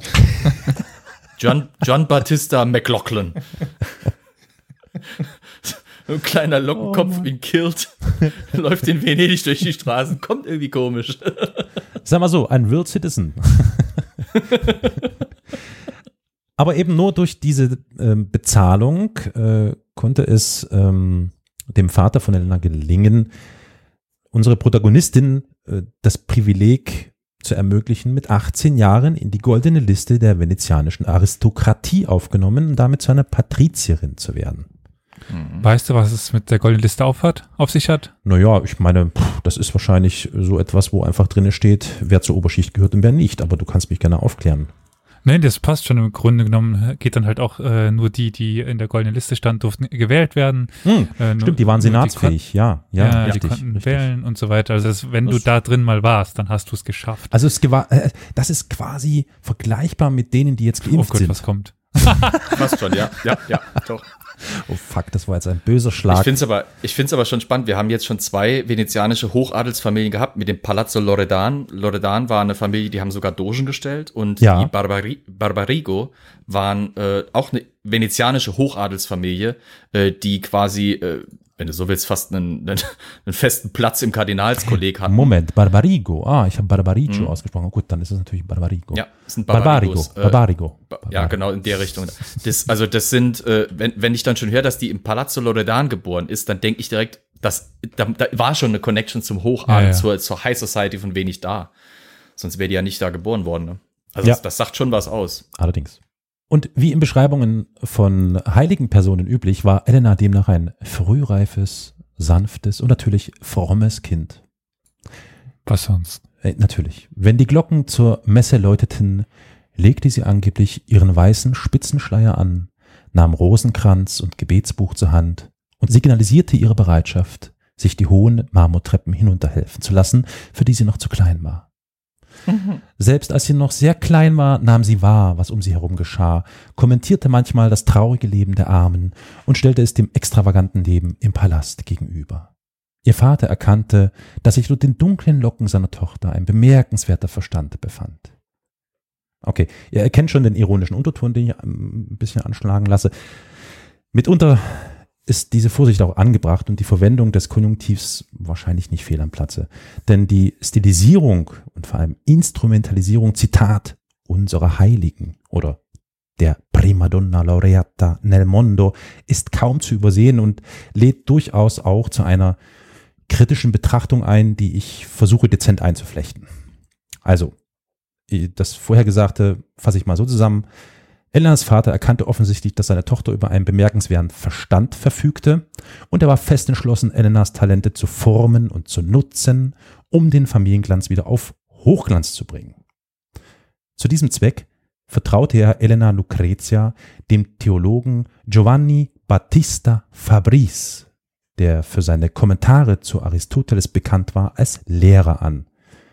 John Battista McLaughlin. Ein kleiner Lockenkopf in Kilt, läuft in Venedig durch die Straßen, kommt irgendwie komisch. Sag mal so, ein World Citizen. Aber eben nur durch diese Bezahlung konnte es dem Vater von Elena gelingen, unsere Protagonistin das Privileg zu ermöglichen, mit 18 Jahren in die goldene Liste der venezianischen Aristokratie aufgenommen und damit zu einer Patrizierin zu werden. Weißt du, was es mit der goldenen Liste auf sich hat? Naja, ich meine, das ist wahrscheinlich so etwas, wo einfach drin steht, wer zur Oberschicht gehört und wer nicht, aber du kannst mich gerne aufklären. Nein, das passt schon. Im Grunde genommen geht dann halt auch nur die in der goldenen Liste standen, durften gewählt werden. Stimmt, die waren senatsfähig, ja, richtig, die konnten wählen und so weiter. Also wenn du da drin mal warst, dann hast du es geschafft. Also das ist quasi vergleichbar mit denen, die jetzt geimpft sind. Was kommt? Fast schon, ja, doch. Oh fuck, das war jetzt ein böser Schlag. Ich find's aber schon spannend. Wir haben jetzt schon 2 venezianische Hochadelsfamilien gehabt mit dem Palazzo Loredan. Loredan war eine Familie, die haben sogar Dogen gestellt und ja. Die Barbarigo waren auch eine venezianische Hochadelsfamilie, die quasi, wenn du so willst, fast einen festen Platz im Kardinalskolleg hatten. Moment, Barbarigo. Ich habe Barbarigo ausgesprochen. Gut, dann ist es natürlich Barbarigo. Ja, das sind Barbarigo. Ja, genau, in der Richtung. Das sind, wenn ich dann schon höre, dass die im Palazzo Loredan geboren ist, dann denke ich direkt, da war schon eine Connection zum Hochadel, zur High Society von wenig da. Sonst wäre die ja nicht da geboren worden. Ne? Also das sagt schon was aus. Allerdings. Und wie in Beschreibungen von heiligen Personen üblich, war Elena demnach ein frühreifes, sanftes und natürlich frommes Kind. Was sonst? Natürlich. Wenn die Glocken zur Messe läuteten, legte sie angeblich ihren weißen Spitzenschleier an, nahm Rosenkranz und Gebetsbuch zur Hand und signalisierte ihre Bereitschaft, sich die hohen Marmortreppen hinunterhelfen zu lassen, für die sie noch zu klein war. Selbst als sie noch sehr klein war, nahm sie wahr, was um sie herum geschah, kommentierte manchmal das traurige Leben der Armen und stellte es dem extravaganten Leben im Palast gegenüber. Ihr Vater erkannte, dass sich unter den dunklen Locken seiner Tochter ein bemerkenswerter Verstand befand. Okay, ihr erkennt schon den ironischen Unterton, den ich ein bisschen anschlagen lasse. Mitunter ist diese Vorsicht auch angebracht und die Verwendung des Konjunktivs wahrscheinlich nicht fehl am Platze. Denn die Stilisierung und vor allem Instrumentalisierung, Zitat, unserer Heiligen oder der Primadonna Laureata nel Mondo ist kaum zu übersehen und lädt durchaus auch zu einer kritischen Betrachtung ein, die ich versuche dezent einzuflechten. Also, das Vorhergesagte fasse ich mal so zusammen. Elenas Vater erkannte offensichtlich, dass seine Tochter über einen bemerkenswerten Verstand verfügte und er war fest entschlossen, Elenas Talente zu formen und zu nutzen, um den Familienglanz wieder auf Hochglanz zu bringen. Zu diesem Zweck vertraute er Elena Lucrezia dem Theologen Giovanni Battista Fabris, der für seine Kommentare zu Aristoteles bekannt war, als Lehrer an.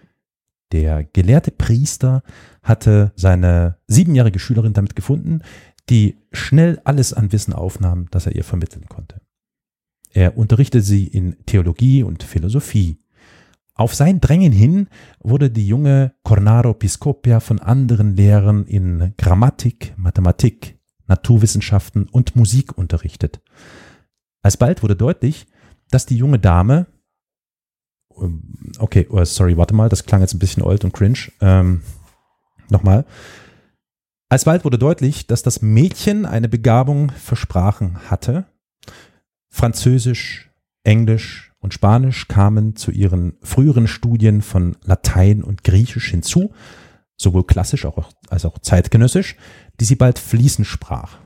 Der gelehrte Priester hatte seine 7-jährige Schülerin damit gefunden, die schnell alles an Wissen aufnahm, das er ihr vermitteln konnte. Er unterrichtete sie in Theologie und Philosophie. Auf sein Drängen hin wurde die junge Cornaro Piscopia von anderen Lehrern in Grammatik, Mathematik, Naturwissenschaften und Musik unterrichtet. Alsbald wurde deutlich, dass die junge Dame, das klang jetzt ein bisschen old und cringe, nochmal. Alsbald wurde deutlich, dass das Mädchen eine Begabung für Sprachen hatte. Französisch, Englisch und Spanisch kamen zu ihren früheren Studien von Latein und Griechisch hinzu, sowohl klassisch als auch zeitgenössisch, die sie bald fließend sprach.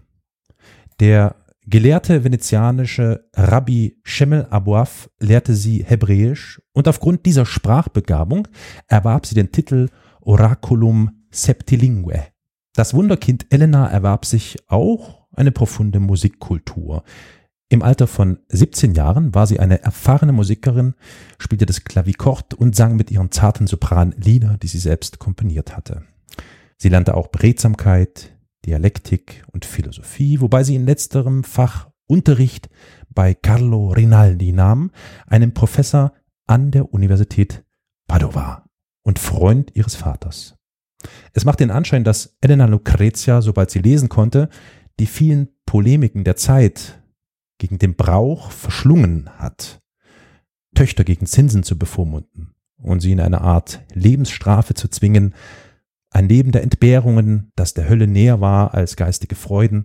Der gelehrte venezianische Rabbi Shemel Abouaf lehrte sie Hebräisch und aufgrund dieser Sprachbegabung erwarb sie den Titel Oraculum Septilingue. Das Wunderkind Elena erwarb sich auch eine profunde Musikkultur. Im Alter von 17 Jahren war sie eine erfahrene Musikerin, spielte das Klavichord und sang mit ihrem zarten Sopran Lieder, die sie selbst komponiert hatte. Sie lernte auch Beredsamkeit, Dialektik und Philosophie, wobei sie in letzterem Fach Unterricht bei Carlo Rinaldi nahm, einem Professor an der Universität Padova und Freund ihres Vaters. Es macht den Anschein, dass Elena Lucrezia, sobald sie lesen konnte, die vielen Polemiken der Zeit gegen den Brauch verschlungen hat, Töchter gegen Zinsen zu bevormunden und sie in eine Art Lebensstrafe zu zwingen, ein Leben der Entbehrungen, das der Hölle näher war als geistige Freuden.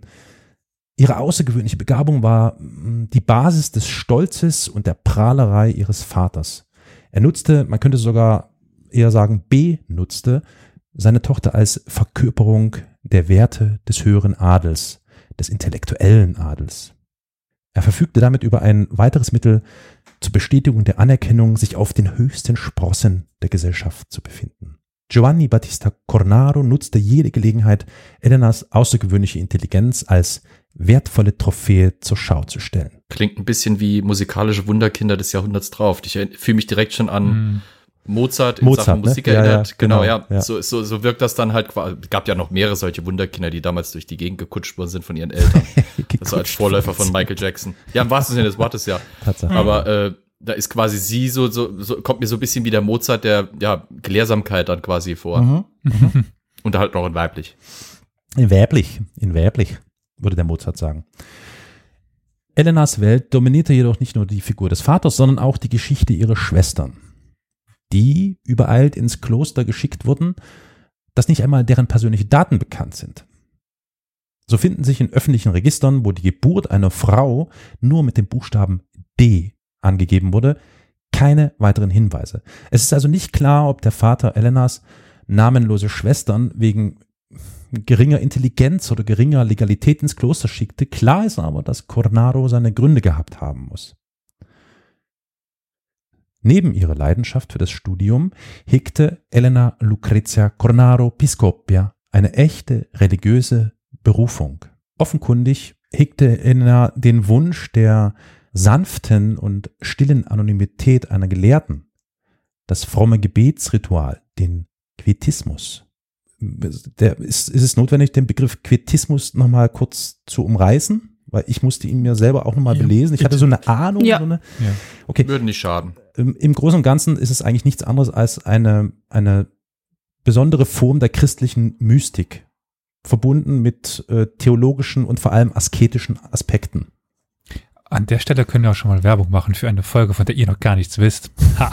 Ihre außergewöhnliche Begabung war die Basis des Stolzes und der Prahlerei ihres Vaters. Er nutzte, man könnte sogar eher sagen, benutzte seine Tochter als Verkörperung der Werte des höheren Adels, des intellektuellen Adels. Er verfügte damit über ein weiteres Mittel zur Bestätigung der Anerkennung, sich auf den höchsten Sprossen der Gesellschaft zu befinden. Giovanni Battista Cornaro nutzte jede Gelegenheit, Elenas außergewöhnliche Intelligenz als wertvolle Trophäe zur Schau zu stellen. Klingt ein bisschen wie musikalische Wunderkinder des Jahrhunderts drauf. Ich fühle mich direkt schon an Mozart in Sachen Musik erinnert. Ja. So wirkt das dann halt. Es gab ja noch mehrere solche Wunderkinder, die damals durch die Gegend gekutscht worden sind von ihren Eltern. Das war als Vorläufer von Michael Jackson. Ja, im wahrsten Sinne des Wortes, ja. Tatsache. Aber da ist quasi sie so kommt mir so ein bisschen wie der Mozart der Gelehrsamkeit dann quasi vor. Und halt noch in weiblich. In weiblich, würde der Mozart sagen. Elenas Welt dominierte jedoch nicht nur die Figur des Vaters, sondern auch die Geschichte ihrer Schwestern, die übereilt ins Kloster geschickt wurden, dass nicht einmal deren persönliche Daten bekannt sind. So finden sich in öffentlichen Registern, wo die Geburt einer Frau nur mit dem Buchstaben D angegeben wurde, keine weiteren Hinweise. Es ist also nicht klar, ob der Vater Elenas namenlose Schwestern wegen geringer Intelligenz oder geringer Legalität ins Kloster schickte. Klar ist aber, dass Cornaro seine Gründe gehabt haben muss. Neben ihrer Leidenschaft für das Studium hegte Elena Lucrezia Cornaro Piscopia eine echte religiöse Berufung. Offenkundig hegte Elena den Wunsch der sanften und stillen Anonymität einer Gelehrten, das fromme Gebetsritual, den Quietismus. Ist es notwendig, den Begriff Quietismus nochmal kurz zu umreißen? Weil ich musste ihn mir selber auch nochmal belesen. Ich hatte so eine Ahnung. Ja. Okay. Würde nicht schaden. Im Großen und Ganzen ist es eigentlich nichts anderes als eine besondere Form der christlichen Mystik, verbunden mit theologischen und vor allem asketischen Aspekten. An der Stelle können wir auch schon mal Werbung machen für eine Folge, von der ihr noch gar nichts wisst.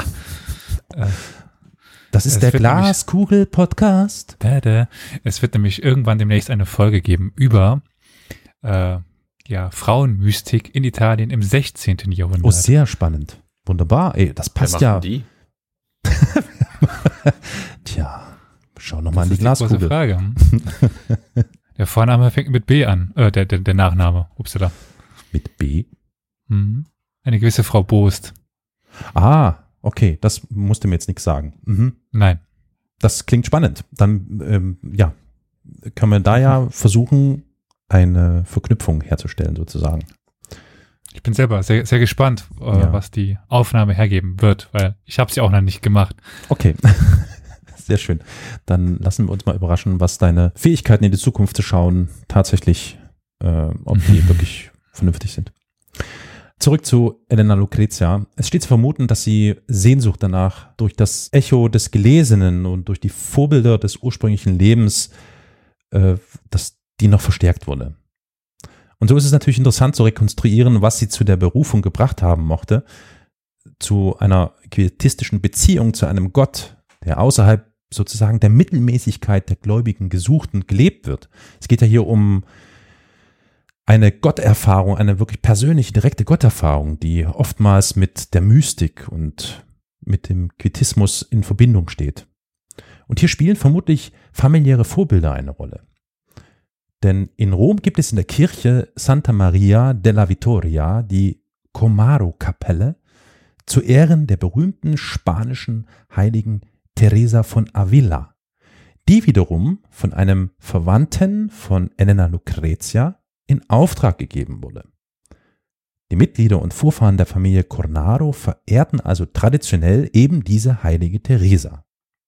Das ist der Glaskugel-Podcast. Es wird nämlich irgendwann demnächst eine Folge geben über Frauenmystik in Italien im 16. Jahrhundert. Oh, sehr spannend. Wunderbar. Ey, das passt ja. Die? Tja, schau nochmal in die Glaskugel. Das ist die große Frage. Der Vorname fängt mit B an. Der Nachname. Upsala. Mit B? Eine gewisse Frau Boost. Ah, okay. Das musste mir jetzt nichts sagen. Mhm. Nein. Das klingt spannend. Dann, können wir da ja versuchen, eine Verknüpfung herzustellen, sozusagen. Ich bin selber sehr, sehr gespannt, was die Aufnahme hergeben wird, weil ich habe sie auch noch nicht gemacht. Okay, sehr schön. Dann lassen wir uns mal überraschen, was deine Fähigkeiten in die Zukunft zu schauen tatsächlich, ob die wirklich vernünftig sind. Zurück zu Elena Lucrezia. Es steht zu vermuten, dass sie Sehnsucht danach durch das Echo des Gelesenen und durch die Vorbilder des ursprünglichen Lebens, dass die noch verstärkt wurde. Und so ist es natürlich interessant zu rekonstruieren, was sie zu der Berufung gebracht haben mochte, zu einer quietistischen Beziehung zu einem Gott, der außerhalb sozusagen der Mittelmäßigkeit der Gläubigen gesucht und gelebt wird. Es geht ja hier um eine Gotterfahrung, eine wirklich persönliche, direkte Gotterfahrung, die oftmals mit der Mystik und mit dem Quietismus in Verbindung steht. Und hier spielen vermutlich familiäre Vorbilder eine Rolle. Denn in Rom gibt es in der Kirche Santa Maria della Vittoria die Comaro-Kapelle zu Ehren der berühmten spanischen Heiligen Teresa von Avila, die wiederum von einem Verwandten von Elena Lucrezia in Auftrag gegeben wurde. Die Mitglieder und Vorfahren der Familie Cornaro verehrten also traditionell eben diese heilige Teresa.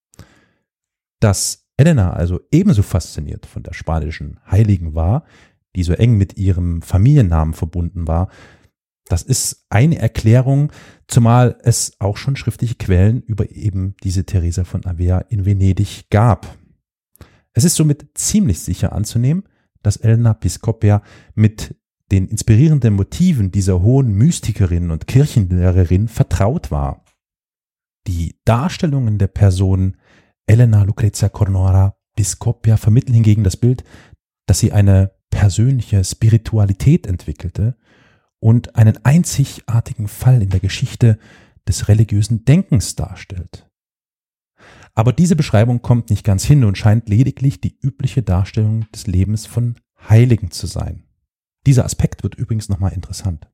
Dass Elena also ebenso fasziniert von der spanischen Heiligen war, die so eng mit ihrem Familiennamen verbunden war, das ist eine Erklärung, zumal es auch schon schriftliche Quellen über eben diese Teresa von Avila in Venedig gab. Es ist somit ziemlich sicher anzunehmen, dass Elena Piscopia mit den inspirierenden Motiven dieser hohen Mystikerin und Kirchenlehrerin vertraut war. Die Darstellungen der Person Elena Lucrezia Cornaro Piscopia vermitteln hingegen das Bild, dass sie eine persönliche Spiritualität entwickelte und einen einzigartigen Fall in der Geschichte des religiösen Denkens darstellt. Aber diese Beschreibung kommt nicht ganz hin und scheint lediglich die übliche Darstellung des Lebens von Heiligen zu sein. Dieser Aspekt wird übrigens nochmal interessant.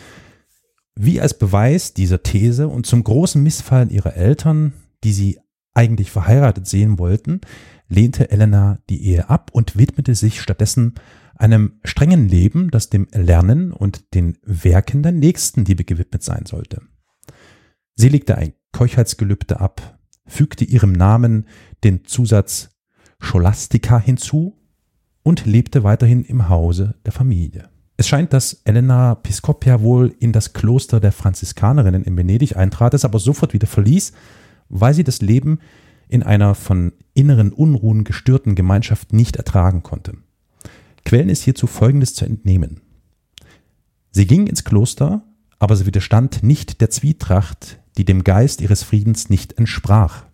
Wie als Beweis dieser These und zum großen Missfallen ihrer Eltern, die sie eigentlich verheiratet sehen wollten, lehnte Elena die Ehe ab und widmete sich stattdessen einem strengen Leben, das dem Lernen und den Werken der Nächstenliebe gewidmet sein sollte. Sie legte ein Keuschheitsgelübde ab, fügte ihrem Namen den Zusatz Scholastica hinzu und lebte weiterhin im Hause der Familie. Es scheint, dass Elena Piscopia wohl in das Kloster der Franziskanerinnen in Venedig eintrat, es aber sofort wieder verließ, weil sie das Leben in einer von inneren Unruhen gestörten Gemeinschaft nicht ertragen konnte. Quellen ist hierzu Folgendes zu entnehmen. Sie ging ins Kloster, aber sie widerstand nicht der Zwietracht, die dem Geist ihres Friedens nicht entsprach.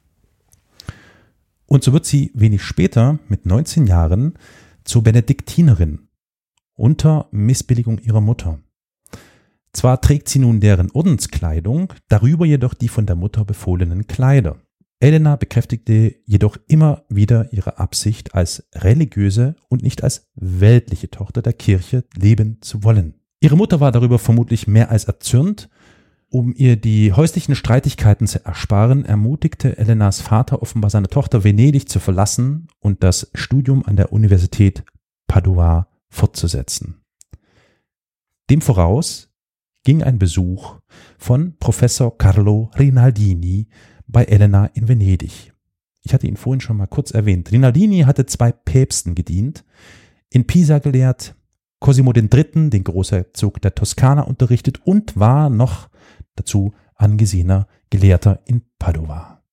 Und so wird sie wenig später, mit 19 Jahren, zur Benediktinerin, unter Missbilligung ihrer Mutter. Zwar trägt sie nun deren Ordenskleidung, darüber jedoch die von der Mutter befohlenen Kleider. Elena bekräftigte jedoch immer wieder ihre Absicht, als religiöse und nicht als weltliche Tochter der Kirche leben zu wollen. Ihre Mutter war darüber vermutlich mehr als erzürnt. Um ihr die häuslichen Streitigkeiten zu ersparen, ermutigte Elenas Vater offenbar seine Tochter Venedig zu verlassen und das Studium an der Universität Padua fortzusetzen. Dem voraus ging ein Besuch von Professor Carlo Rinaldini bei Elena in Venedig. Ich hatte ihn vorhin schon mal kurz erwähnt. Rinaldini hatte 2 Päpsten gedient, in Pisa gelehrt, Cosimo III., den Großherzog der Toskana, unterrichtet und war noch dazu angesehener Gelehrter in Padua.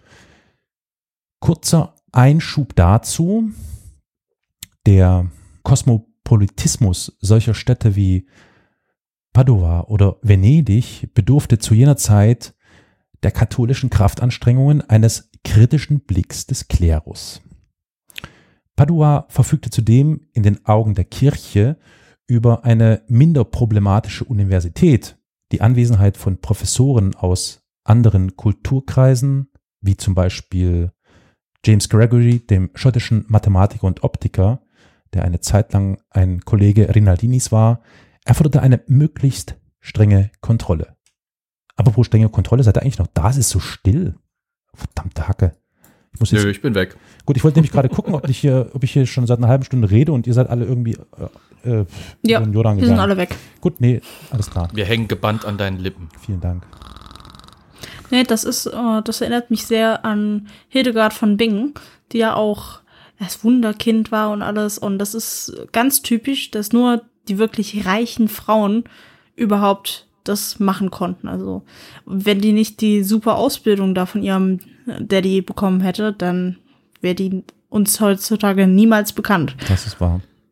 Kurzer Einschub dazu: Der Kosmopolitismus solcher Städte wie Padua oder Venedig bedurfte zu jener Zeit der katholischen Kraftanstrengungen eines kritischen Blicks des Klerus. Padua verfügte zudem in den Augen der Kirche über eine minder problematische Universität. Die Anwesenheit von Professoren aus anderen Kulturkreisen, wie zum Beispiel James Gregory, dem schottischen Mathematiker und Optiker, der eine Zeit lang ein Kollege Rinaldinis war, erforderte eine möglichst strenge Kontrolle. Apropos strenge Kontrolle, seid ihr eigentlich noch da? Es ist so still. Verdammte Hacke. Ich bin weg. Gut, ich wollte nämlich gerade gucken, ob ich hier schon seit einer halben Stunde rede und ihr seid alle irgendwie ja, wir sind alle weg. Gut, nee, alles klar. Wir hängen gebannt an deinen Lippen. Vielen Dank. Nee, das erinnert mich sehr an Hildegard von Bingen, die ja auch das Wunderkind war und alles. Und das ist ganz typisch, dass nur die wirklich reichen Frauen überhaupt das machen konnten. Also wenn die nicht die super Ausbildung da von ihrem Daddy bekommen hätte, dann wäre die uns heutzutage niemals bekannt. Das ist wahr.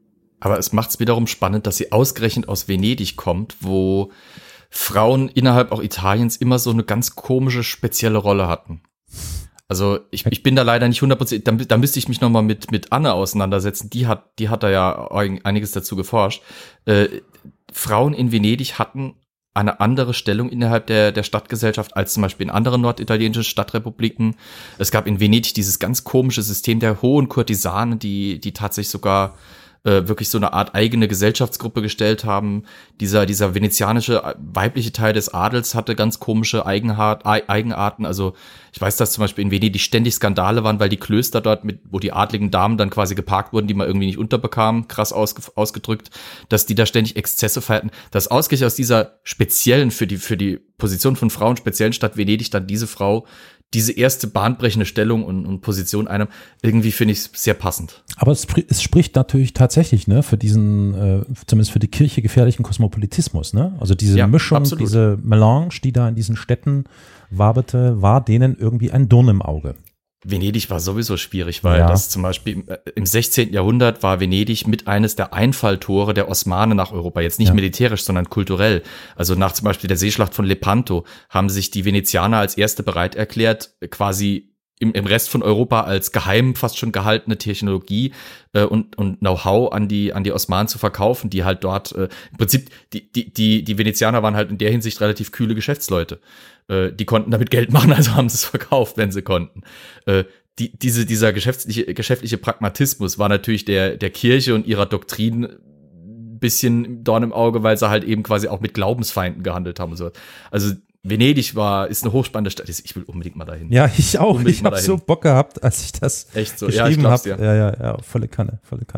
Aber es macht es wiederum spannend, dass sie ausgerechnet aus Venedig kommt, wo Frauen innerhalb auch Italiens immer so eine ganz komische, spezielle Rolle hatten. Also ich bin da leider nicht 100%, da müsste ich mich nochmal mit Anne auseinandersetzen, die hat da ja einiges dazu geforscht. Frauen in Venedig hatten eine andere Stellung innerhalb der Stadtgesellschaft als zum Beispiel in anderen norditalienischen Stadtrepubliken. Es gab in Venedig dieses ganz komische System der hohen Kurtisanen, die tatsächlich sogar wirklich so eine Art eigene Gesellschaftsgruppe gestellt haben. Dieser venezianische weibliche Teil des Adels hatte ganz komische Eigenarten. Also ich weiß, dass zum Beispiel in Venedig ständig Skandale waren, weil die Klöster dort, wo die adligen Damen dann quasi geparkt wurden, die man irgendwie nicht unterbekamen, krass ausgedrückt, dass die da ständig Exzesse feierten. Dass ausgerechnet aus dieser speziellen, für die Position von Frauen speziellen Stadt Venedig dann diese Frau diese erste bahnbrechende Stellung und Position einem, irgendwie finde ich es sehr passend. Aber es spricht natürlich tatsächlich, ne, für diesen, zumindest für die Kirche gefährlichen Kosmopolitismus, ne? Also diese Mischung, absolut. Diese Melange, die da in diesen Städten waberte, war denen irgendwie ein Dorn im Auge. Venedig war sowieso schwierig, weil das zum Beispiel im 16. Jahrhundert war Venedig mit eines der Einfalltore der Osmanen nach Europa. Jetzt nicht militärisch, sondern kulturell. Also nach zum Beispiel der Seeschlacht von Lepanto haben sich die Venezianer als erste bereit erklärt, quasi im Rest von Europa als geheim fast schon gehaltene Technologie und Know-how an die Osmanen zu verkaufen, die halt dort im Prinzip die Venezianer waren halt in der Hinsicht relativ kühle Geschäftsleute. Die konnten damit Geld machen, also haben sie es verkauft, wenn sie konnten. Dieser geschäftliche Pragmatismus war natürlich der Kirche und ihrer Doktrin ein bisschen Dorn im Auge, weil sie halt eben quasi auch mit Glaubensfeinden gehandelt haben und so. Also Venedig ist eine hochspannende Stadt. Ich will unbedingt mal dahin. Ja, ich auch. Ich habe so Bock gehabt, als ich das geschrieben habe. Ja, volle Kanne.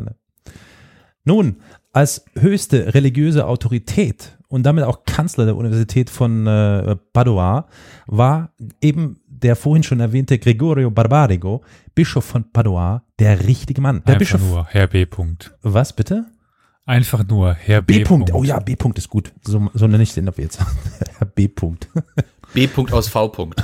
Nun, als höchste religiöse Autorität und damit auch Kanzler der Universität von Padua war eben der vorhin schon erwähnte Gregorio Barbarigo, Bischof von Padua, der richtige Mann. Der Einfach nur Herr B. -Punkt. Was bitte? Einfach nur Herr B. -Punkt. Oh ja, B. -Punkt ist gut. So nenne ich den ab jetzt. Herr B. -Punkt. B. -Punkt aus V. -Punkt.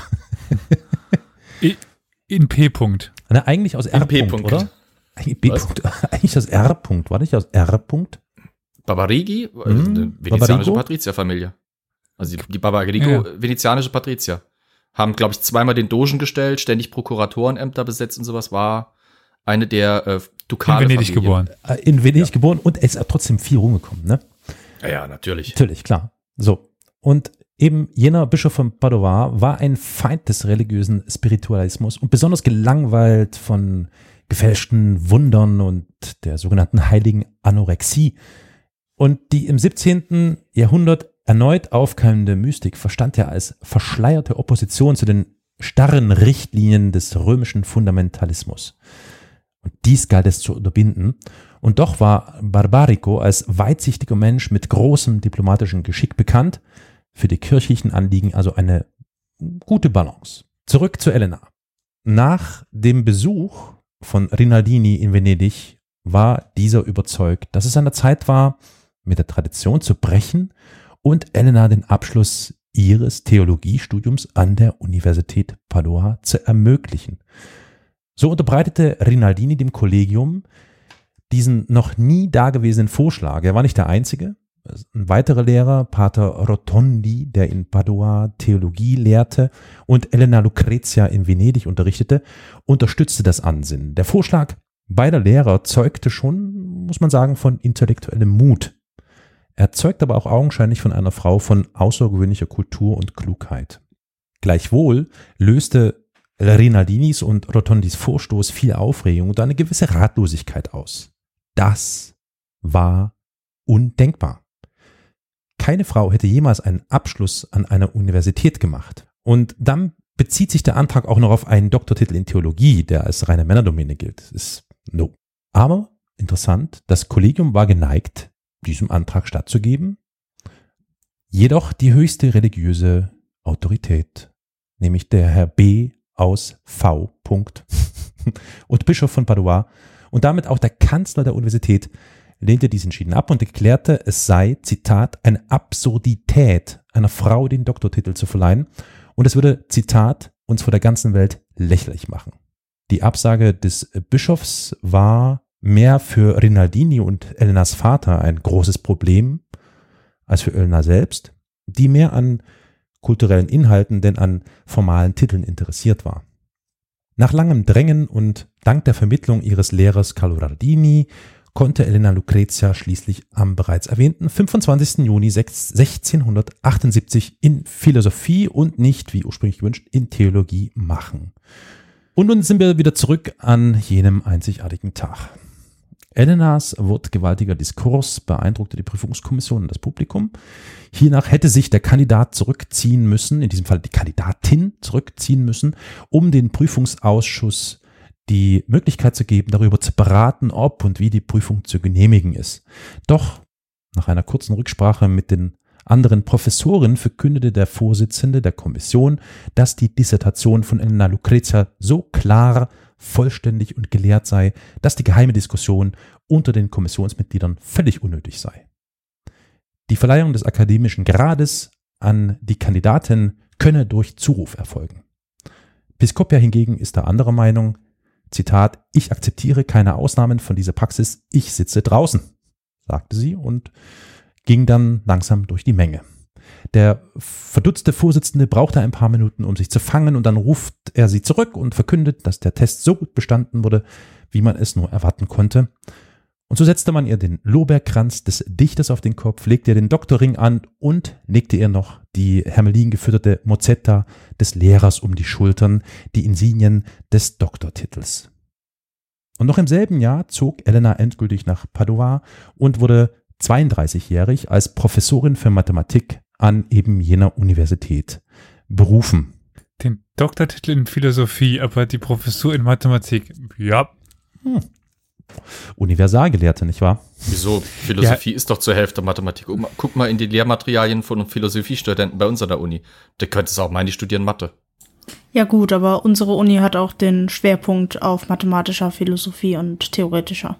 In P. -Punkt. Na, eigentlich aus R. -Punkt, oder? Eigentlich aus R. -Punkt. War nicht aus R. -Punkt? Barbarigi, eine venezianische Patrizierfamilie. Also die Barbarigo, venezianische Patrizier. Haben, glaube ich, zweimal den Dogen gestellt, ständig Prokuratorenämter besetzt und sowas, war eine der Dukale. In Venedig geboren. In Venedig geboren und er ist trotzdem viel rumgekommen, ne? Ja, natürlich. Natürlich, klar. So. Und eben jener Bischof von Padua war ein Feind des religiösen Spiritualismus und besonders gelangweilt von gefälschten Wundern und der sogenannten heiligen Anorexie. Und die im 17. Jahrhundert erneut aufkeimende Mystik verstand er als verschleierte Opposition zu den starren Richtlinien des römischen Fundamentalismus. Und dies galt es zu unterbinden. Und doch war Barbarigo als weitsichtiger Mensch mit großem diplomatischen Geschick bekannt, für die kirchlichen Anliegen also eine gute Balance. Zurück zu Elena. Nach dem Besuch von Rinaldini in Venedig war dieser überzeugt, dass es an der Zeit war, mit der Tradition zu brechen und Elena den Abschluss ihres Theologiestudiums an der Universität Padua zu ermöglichen. So unterbreitete Rinaldini dem Kollegium diesen noch nie dagewesenen Vorschlag. Er war nicht der Einzige. Ein weiterer Lehrer, Pater Rotondi, der in Padua Theologie lehrte und Elena Lucrezia in Venedig unterrichtete, unterstützte das Ansinnen. Der Vorschlag beider Lehrer zeugte schon, muss man sagen, von intellektuellem Mut. Er zeugt aber auch augenscheinlich von einer Frau von außergewöhnlicher Kultur und Klugheit. Gleichwohl löste Rinaldinis und Rotondis Vorstoß viel Aufregung und eine gewisse Ratlosigkeit aus. Das war undenkbar. Keine Frau hätte jemals einen Abschluss an einer Universität gemacht. Und dann bezieht sich der Antrag auch noch auf einen Doktortitel in Theologie, der als reine Männerdomäne gilt. Das ist no. Aber interessant, das Kollegium war geneigt, diesem Antrag stattzugeben. Jedoch die höchste religiöse Autorität, nämlich der Herr B. aus V. und Bischof von Padua und damit auch der Kanzler der Universität, lehnte dies entschieden ab und erklärte, es sei, Zitat, eine Absurdität, einer Frau den Doktortitel zu verleihen und es würde, Zitat, uns vor der ganzen Welt lächerlich machen. Die Absage des Bischofs war mehr für Rinaldini und Elenas Vater ein großes Problem als für Elena selbst, die mehr an kulturellen Inhalten denn an formalen Titeln interessiert war. Nach langem Drängen und dank der Vermittlung ihres Lehrers Carlo Rardini konnte Elena Lucrezia schließlich am bereits erwähnten 25. Juni 1678 in Philosophie und nicht, wie ursprünglich gewünscht, in Theologie machen. Und nun sind wir wieder zurück an jenem einzigartigen Tag. Elenas wortgewaltiger Diskurs beeindruckte die Prüfungskommission und das Publikum. Hiernach hätte sich der Kandidat zurückziehen müssen, in diesem Fall die Kandidatin zurückziehen müssen, um den Prüfungsausschuss die Möglichkeit zu geben, darüber zu beraten, ob und wie die Prüfung zu genehmigen ist. Doch nach einer kurzen Rücksprache mit den anderen Professoren verkündete der Vorsitzende der Kommission, dass die Dissertation von Elena Lucrezia so klar, vollständig und gelehrt sei, dass die geheime Diskussion unter den Kommissionsmitgliedern völlig unnötig sei. Die Verleihung des akademischen Grades an die Kandidatin könne durch Zuruf erfolgen. Piscopia hingegen ist der anderer Meinung, Zitat, ich akzeptiere keine Ausnahmen von dieser Praxis, ich sitze draußen, sagte sie und ging dann langsam durch die Menge. Der verdutzte Vorsitzende brauchte ein paar Minuten, um sich zu fangen, und dann ruft er sie zurück und verkündet, dass der Test so gut bestanden wurde, wie man es nur erwarten konnte. Und so setzte man ihr den Lorbeerkranz des Dichters auf den Kopf, legte ihr den Doktorring an und legte ihr noch die hermelingefütterte Mozzetta des Lehrers um die Schultern, die Insignien des Doktortitels. Und noch im selben Jahr zog Elena endgültig nach Padua und wurde 32-jährig als Professorin für Mathematik an eben jener Universität berufen. Den Doktortitel in Philosophie, aber die Professur in Mathematik, ja. Universalgelehrte, nicht wahr? Wieso? Philosophie ist doch zur Hälfte Mathematik. Guck mal in die Lehrmaterialien von Philosophiestudenten bei uns an der Uni. Da könntest du auch meinen, die studieren Mathe. Ja gut, aber unsere Uni hat auch den Schwerpunkt auf mathematischer Philosophie und theoretischer.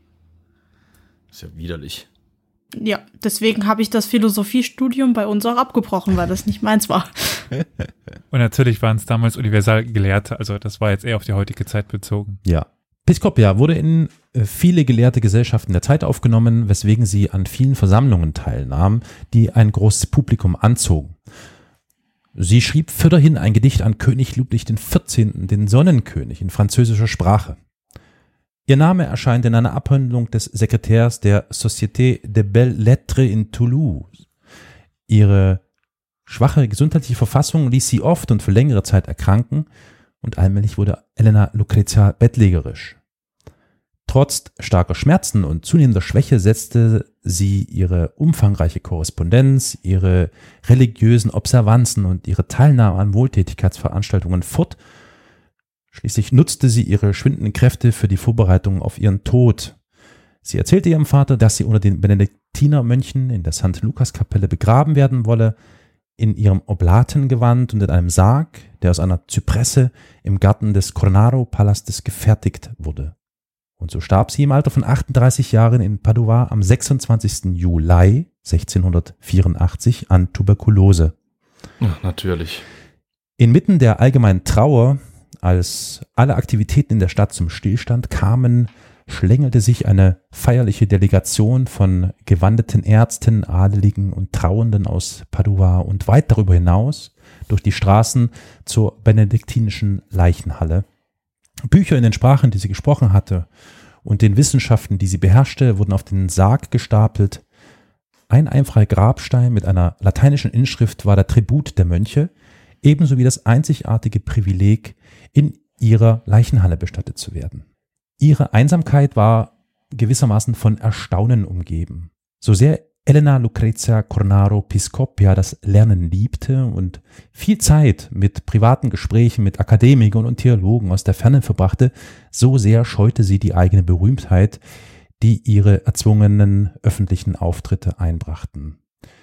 Ist ja widerlich. Ja, deswegen habe ich das Philosophiestudium bei uns auch abgebrochen, weil das nicht meins war. Und natürlich waren es damals Universalgelehrte, also das war jetzt eher auf die heutige Zeit bezogen. Ja. Piscopia wurde in viele gelehrte Gesellschaften der Zeit aufgenommen, weswegen sie an vielen Versammlungen teilnahm, die ein großes Publikum anzogen. Sie schrieb fürderhin ein Gedicht an König Ludwig XIV., den Sonnenkönig, in französischer Sprache. Ihr Name erscheint in einer Abhandlung des Sekretärs der Société des Belles Lettres in Toulouse. Ihre schwache gesundheitliche Verfassung ließ sie oft und für längere Zeit erkranken und allmählich wurde Elena Lucrezia bettlägerisch. Trotz starker Schmerzen und zunehmender Schwäche setzte sie ihre umfangreiche Korrespondenz, ihre religiösen Observanzen und ihre Teilnahme an Wohltätigkeitsveranstaltungen fort. Schließlich nutzte sie ihre schwindenden Kräfte für die Vorbereitungen auf ihren Tod. Sie erzählte ihrem Vater, dass sie unter den Benediktinermönchen in der St. Lukas-Kapelle begraben werden wolle, in ihrem Oblatengewand und in einem Sarg, der aus einer Zypresse im Garten des Cornaro-Palastes gefertigt wurde. Und so starb sie im Alter von 38 Jahren in Padua am 26. Juli 1684 an Tuberkulose. Ja, natürlich. Inmitten der allgemeinen Trauer, als alle Aktivitäten in der Stadt zum Stillstand kamen, schlängelte sich eine feierliche Delegation von gewandeten Ärzten, Adeligen und Trauernden aus Padua und weit darüber hinaus durch die Straßen zur benediktinischen Leichenhalle. Bücher in den Sprachen, die sie gesprochen hatte, und den Wissenschaften, die sie beherrschte, wurden auf den Sarg gestapelt. Ein einfreier Grabstein mit einer lateinischen Inschrift war der Tribut der Mönche, ebenso wie das einzigartige Privileg, in ihrer Leichenhalle bestattet zu werden. Ihre Einsamkeit war gewissermaßen von Erstaunen umgeben. So sehr Elena Lucrezia Cornaro Piscopia das Lernen liebte und viel Zeit mit privaten Gesprächen mit Akademikern und Theologen aus der Ferne verbrachte, so sehr scheute sie die eigene Berühmtheit, die ihre erzwungenen öffentlichen Auftritte einbrachten.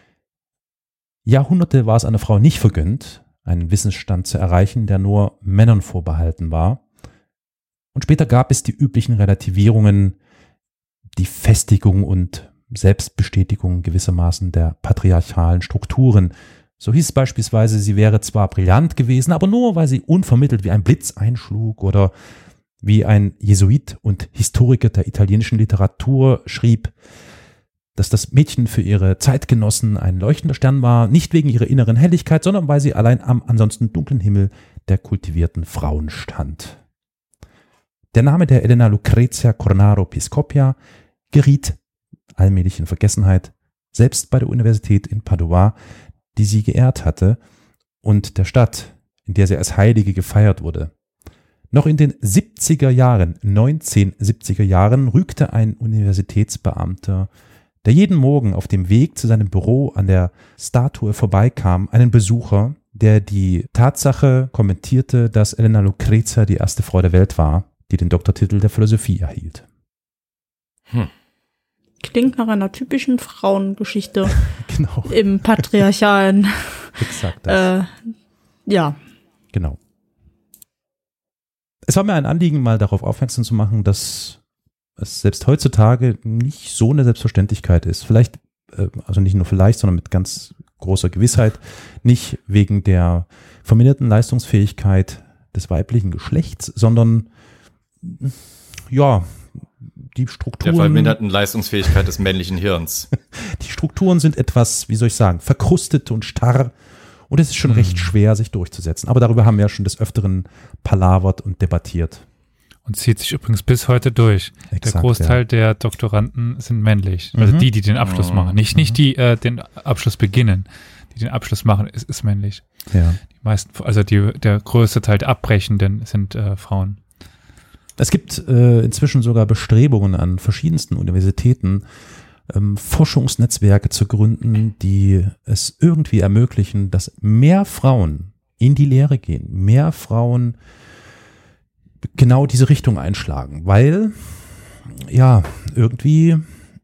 Jahrhunderte war es einer Frau nicht vergönnt, einen Wissensstand zu erreichen, der nur Männern vorbehalten war. Und später gab es die üblichen Relativierungen, die Festigung und Selbstbestätigung gewissermaßen der patriarchalen Strukturen. So hieß es beispielsweise, sie wäre zwar brillant gewesen, aber nur, weil sie unvermittelt wie ein Blitz einschlug, oder wie ein Jesuit und Historiker der italienischen Literatur schrieb, dass das Mädchen für ihre Zeitgenossen ein leuchtender Stern war, nicht wegen ihrer inneren Helligkeit, sondern weil sie allein am ansonsten dunklen Himmel der kultivierten Frauen stand. Der Name der Elena Lucrezia Cornaro Piscopia geriet allmählich in Vergessenheit, selbst bei der Universität in Padua, die sie geehrt hatte, und der Stadt, in der sie als Heilige gefeiert wurde. Noch in den 1970er Jahren, rügte ein Universitätsbeamter, der jeden Morgen auf dem Weg zu seinem Büro an der Statue vorbeikam, einen Besucher, der die Tatsache kommentierte, dass Elena Lucrezia die erste Frau der Welt war, die den Doktortitel der Philosophie erhielt. Klingt nach einer typischen Frauengeschichte. Genau. Im patriarchalen. Exakt das. Ja. Genau. Es war mir ein Anliegen, mal darauf aufmerksam zu machen, dass es selbst heutzutage nicht so eine Selbstverständlichkeit ist. Vielleicht, also nicht nur vielleicht, sondern mit ganz großer Gewissheit, nicht wegen der verminderten Leistungsfähigkeit des weiblichen Geschlechts, sondern ja, die Strukturen. Der verminderten Leistungsfähigkeit des männlichen Hirns. Die Strukturen sind etwas, wie soll ich sagen, verkrustet und starr. Und es ist schon recht schwer, sich durchzusetzen. Aber darüber haben wir ja schon des Öfteren palavert und debattiert. Und zieht sich übrigens bis heute durch. Exakt, der Großteil der Doktoranden sind männlich. Also die den Abschluss machen. Nicht die den Abschluss beginnen. Die den Abschluss machen, ist männlich. Ja. Die meisten, also der größte Teil der Abbrechenden sind Frauen. Es gibt inzwischen sogar Bestrebungen an verschiedensten Universitäten, Forschungsnetzwerke zu gründen, die es irgendwie ermöglichen, dass mehr Frauen in die Lehre gehen, mehr Frauen genau diese Richtung einschlagen, weil ja, irgendwie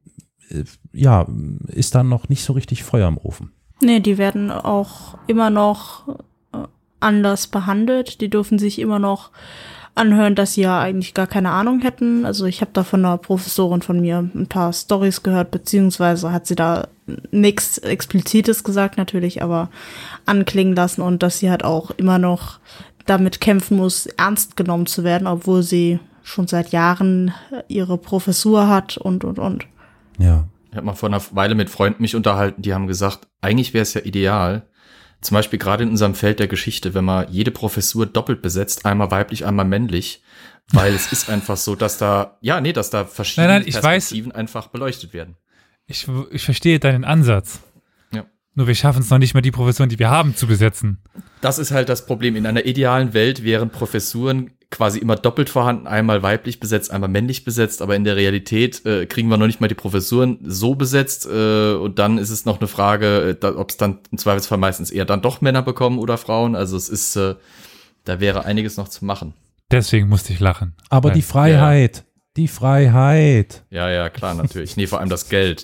ist da noch nicht so richtig Feuer im Ofen. Nee, die werden auch immer noch anders behandelt. Die dürfen sich immer noch anhören, dass sie ja eigentlich gar keine Ahnung hätten. Also ich habe da von einer Professorin von mir ein paar Storys gehört, beziehungsweise hat sie da nichts Explizites gesagt natürlich, aber anklingen lassen, und dass sie halt auch immer noch damit kämpfen muss, ernst genommen zu werden, obwohl sie schon seit Jahren ihre Professur hat und. Ja. Ich habe mal vor einer Weile mit Freunden mich unterhalten, die haben gesagt, eigentlich wäre es ja ideal, zum Beispiel gerade in unserem Feld der Geschichte, wenn man jede Professur doppelt besetzt, einmal weiblich, einmal männlich, weil es ist einfach so, dass da verschiedene Perspektiven einfach beleuchtet werden. Ich verstehe deinen Ansatz. Ja. Nur wir schaffen es noch nicht mehr, die Professuren, die wir haben, zu besetzen. Das ist halt das Problem. In einer idealen Welt wären Professuren quasi immer doppelt vorhanden, einmal weiblich besetzt, einmal männlich besetzt, aber in der Realität kriegen wir noch nicht mal die Professuren so besetzt, und dann ist es noch eine Frage, ob es dann im Zweifelsfall meistens eher dann doch Männer bekommen oder Frauen. Also es ist, da wäre einiges noch zu machen. Deswegen musste ich lachen. Aber die Freiheit, die Freiheit. Ja, klar, natürlich. Nee, vor allem das Geld.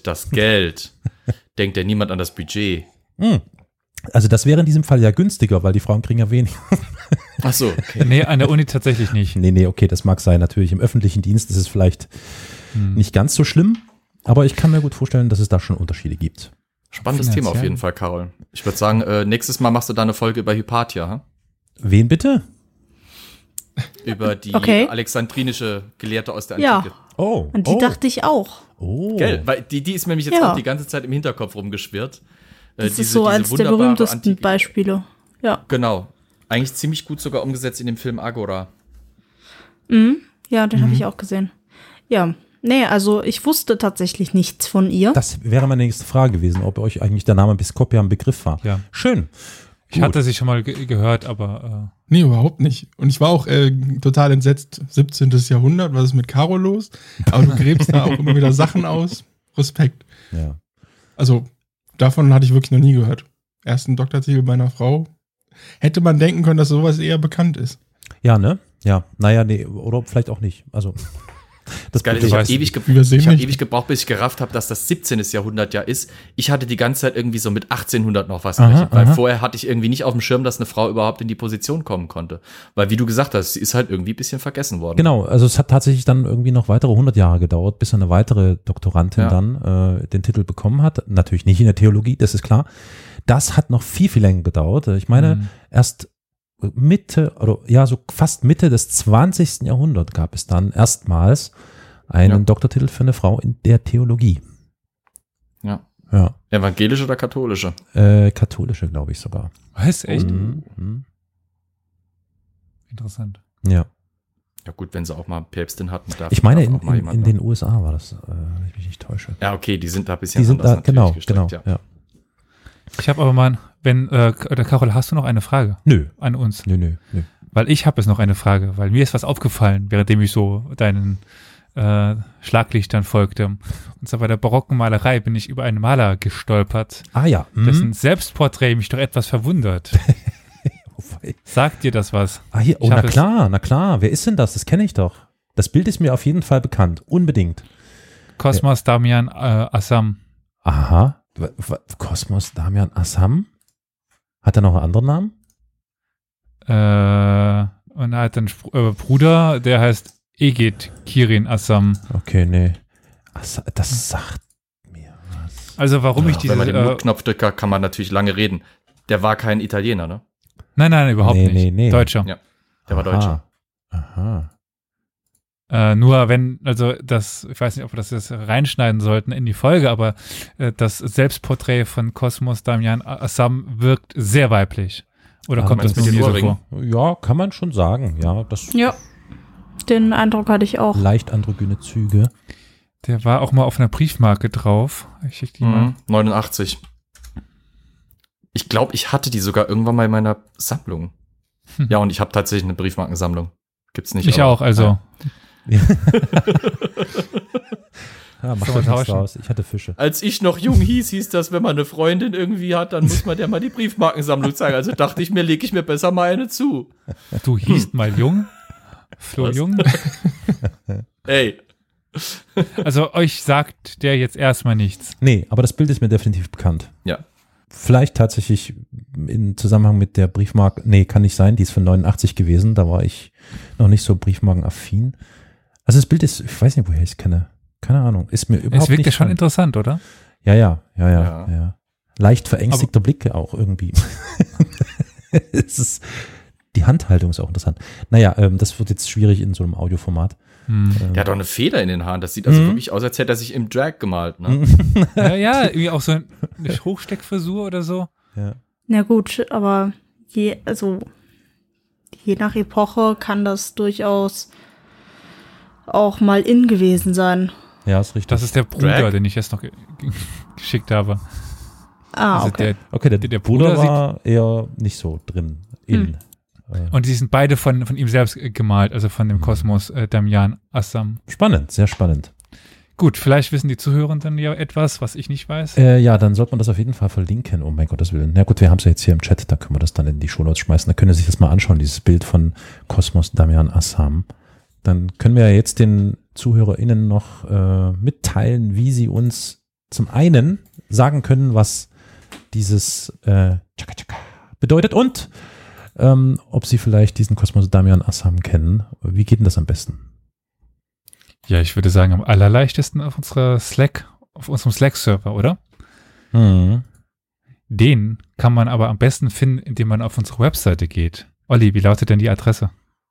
Denkt ja niemand an das Budget. Also das wäre in diesem Fall ja günstiger, weil die Frauen kriegen ja weniger. Ach so, okay. Nee, an der Uni tatsächlich nicht. Nee, okay, das mag sein. Natürlich im öffentlichen Dienst ist es vielleicht nicht ganz so schlimm, aber ich kann mir gut vorstellen, dass es da schon Unterschiede gibt. Spannendes Thema auf jeden Fall, Carol. Ich würde sagen, nächstes Mal machst du da eine Folge über Hypatia. Hm? Wen bitte? Über die alexandrinische Gelehrte aus der Antike. Ja. Oh. Und die dachte ich auch. Oh. Gell, weil die ist mir nämlich jetzt auch die ganze Zeit im Hinterkopf rumgeschwirrt. Das ist so eines der berühmtesten Beispiele. Ja. Genau. Eigentlich ziemlich gut sogar umgesetzt in dem Film Agora. Ja, den habe ich auch gesehen. Ja. Nee, also ich wusste tatsächlich nichts von ihr. Das wäre meine nächste Frage gewesen, ob euch eigentlich der Name Piscopia ein Begriff war. Ja. Schön. Ich hatte sie schon mal gehört, aber nee, überhaupt nicht. Und ich war auch total entsetzt. 17. Jahrhundert, was ist mit Caro los? Aber du gräbst da auch immer wieder Sachen aus. Respekt. Ja. Also davon hatte ich wirklich noch nie gehört. Ersten Doktortitel bei einer Frau. Hätte man denken können, dass sowas eher bekannt ist. Ja, ne? Ja. Naja, nee, oder vielleicht auch nicht. Also das Geile ist, ich habe ewig gebraucht, bis ich gerafft habe, dass das 17. Jahrhundert ja ist. Ich hatte die ganze Zeit irgendwie so mit 1800 noch was gerechnet, weil vorher hatte ich irgendwie nicht auf dem Schirm, dass eine Frau überhaupt in die Position kommen konnte. Weil, wie du gesagt hast, sie ist halt irgendwie ein bisschen vergessen worden. Genau, also es hat tatsächlich dann irgendwie noch weitere 100 Jahre gedauert, bis eine weitere Doktorandin dann den Titel bekommen hat. Natürlich nicht in der Theologie, das ist klar. Das hat noch viel, viel länger gedauert. Ich meine, erst fast Mitte des 20. Jahrhunderts gab es dann erstmals einen Doktortitel für eine Frau in der Theologie. Ja. Ja. Evangelische oder katholische? Katholische, glaube ich sogar. Was? Echt? Interessant. Ja. Ja gut, wenn sie auch mal Päpstin hatten. Ich meine, in den USA war das, wenn ich mich nicht täusche. Ja, okay, die sind da ein bisschen anders genau. Ja. Ich habe aber mal, Carol, hast du noch eine Frage? Nö. An uns? Nö. Weil ich habe jetzt noch eine Frage, weil mir ist was aufgefallen, währenddem ich so deinen Schlaglichtern folgte. Und zwar bei der barocken Malerei bin ich über einen Maler gestolpert. Ah ja. Dessen Selbstporträt mich doch etwas verwundert. Sagt dir das was? Ah hier, na klar. Wer ist denn das? Das kenne ich doch. Das Bild ist mir auf jeden Fall bekannt. Unbedingt. Cosmas Damian Assam. Aha. Cosmas Damian Assam? Hat er noch einen anderen Namen? Und er hat einen Bruder, der heißt Egid Kirin Assam. Okay, nee. Das sagt mir was. Also warum ich diese... Wenn man den Mutknopf drückt, kann man natürlich lange reden. Der war kein Italiener, ne? Nein, überhaupt nicht. Nee. Deutscher. Ja, der war Deutscher. Aha. Nur wenn, also das, ich weiß nicht, ob wir das jetzt reinschneiden sollten in die Folge, aber das Selbstporträt von Cosmas Damian Assam wirkt sehr weiblich. Oder kommt das mit mir so vor? Ja, kann man schon sagen. Ja, den Eindruck hatte ich auch. Leicht androgyne Züge. Der war auch mal auf einer Briefmarke drauf. Ich schick die mal. 89. Ich glaube, ich hatte die sogar irgendwann mal in meiner Sammlung. Ja, und ich habe tatsächlich eine Briefmarkensammlung. Gibt's nicht. Ich auch, also. Ja, mach doch nichts raus. Ich hatte Fische. Als ich noch jung hieß das, wenn man eine Freundin irgendwie hat, dann muss man der mal die Briefmarkensammlung zeigen. Also dachte ich mir, lege ich mir besser mal eine zu. Du hießt mal jung? Flo Jung? Ey. Also euch sagt der jetzt erstmal nichts. Nee, aber das Bild ist mir definitiv bekannt. Ja. Vielleicht tatsächlich in Zusammenhang mit der Briefmarke, nee, kann nicht sein, die ist von 89 gewesen, da war ich noch nicht so briefmarkenaffin. Also das Bild ist, ich weiß nicht, woher ich es kenne. Keine Ahnung, ist mir überhaupt nicht. Es wirkt ja schon interessant, oder? Ja. Leicht verängstigter Blick auch irgendwie. Die Handhaltung ist auch interessant. Naja, das wird jetzt schwierig in so einem Audioformat. Der hat doch eine Feder in den Haaren. Das sieht also wirklich aus, als hätte er sich im Drag gemalt. Ne? Ja, irgendwie auch so eine Hochsteckfrisur oder so. Ja. Na gut, aber je nach Epoche kann das durchaus auch mal in gewesen sein. Ja, ist richtig. Das ist der Bruder, den ich jetzt noch geschickt habe. Ah, okay. Der Bruder war eher nicht so drin. Und die sind beide von ihm selbst gemalt, also von dem Cosmas Damian Assam. Spannend, sehr spannend. Gut, vielleicht wissen die Zuhörenden ja etwas, was ich nicht weiß. Ja, dann sollte man das auf jeden Fall verlinken, oh mein Gottes Willen. Na gut, wir haben es ja jetzt hier im Chat, da können wir das dann in die Shownotes schmeißen. Da können Sie sich das mal anschauen, dieses Bild von Cosmas Damian Assam. Dann können wir ja jetzt den ZuhörerInnen noch mitteilen, wie sie uns zum einen sagen können, was dieses Chaka Chaka bedeutet und ob sie vielleicht diesen Cosmas Damian Assam kennen. Wie geht denn das am besten? Ja, ich würde sagen, am allerleichtesten auf unserem Slack-Server, oder? Den kann man aber am besten finden, indem man auf unsere Webseite geht. Olli, wie lautet denn die Adresse?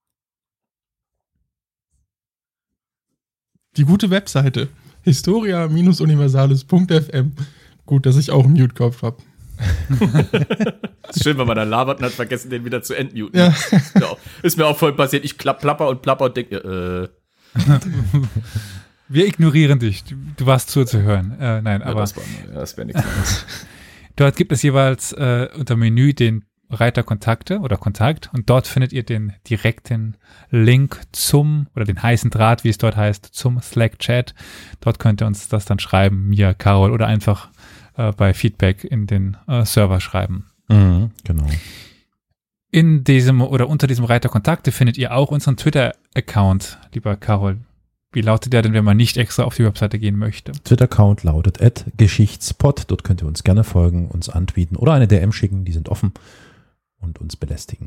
Die gute Webseite. Historia-universales.fm. Gut, dass ich auch einen Mute-Kopf habe. Ist schön, wenn man da labert und hat vergessen, den wieder zu entmuten. Ja. Ist mir auch voll passiert. Ich plapper und denke, Wir ignorieren dich. Du warst zuzuhören. Nein, aber das wäre nichts anderes. Dort gibt es jeweils unter Menü den Reiter Kontakte oder Kontakt und dort findet ihr den direkten Link oder den heißen Draht, wie es dort heißt, zum Slack-Chat. Dort könnt ihr uns das dann schreiben, mir, Carol, oder einfach bei Feedback in den Server schreiben. Genau. In diesem oder unter diesem Reiter Kontakte findet ihr auch unseren Twitter-Account, lieber Carol. Wie lautet der denn, wenn man nicht extra auf die Webseite gehen möchte? Twitter-Account lautet @geschichtspod. Dort könnt ihr uns gerne folgen, uns antweeten oder eine DM schicken, die sind offen und uns belästigen.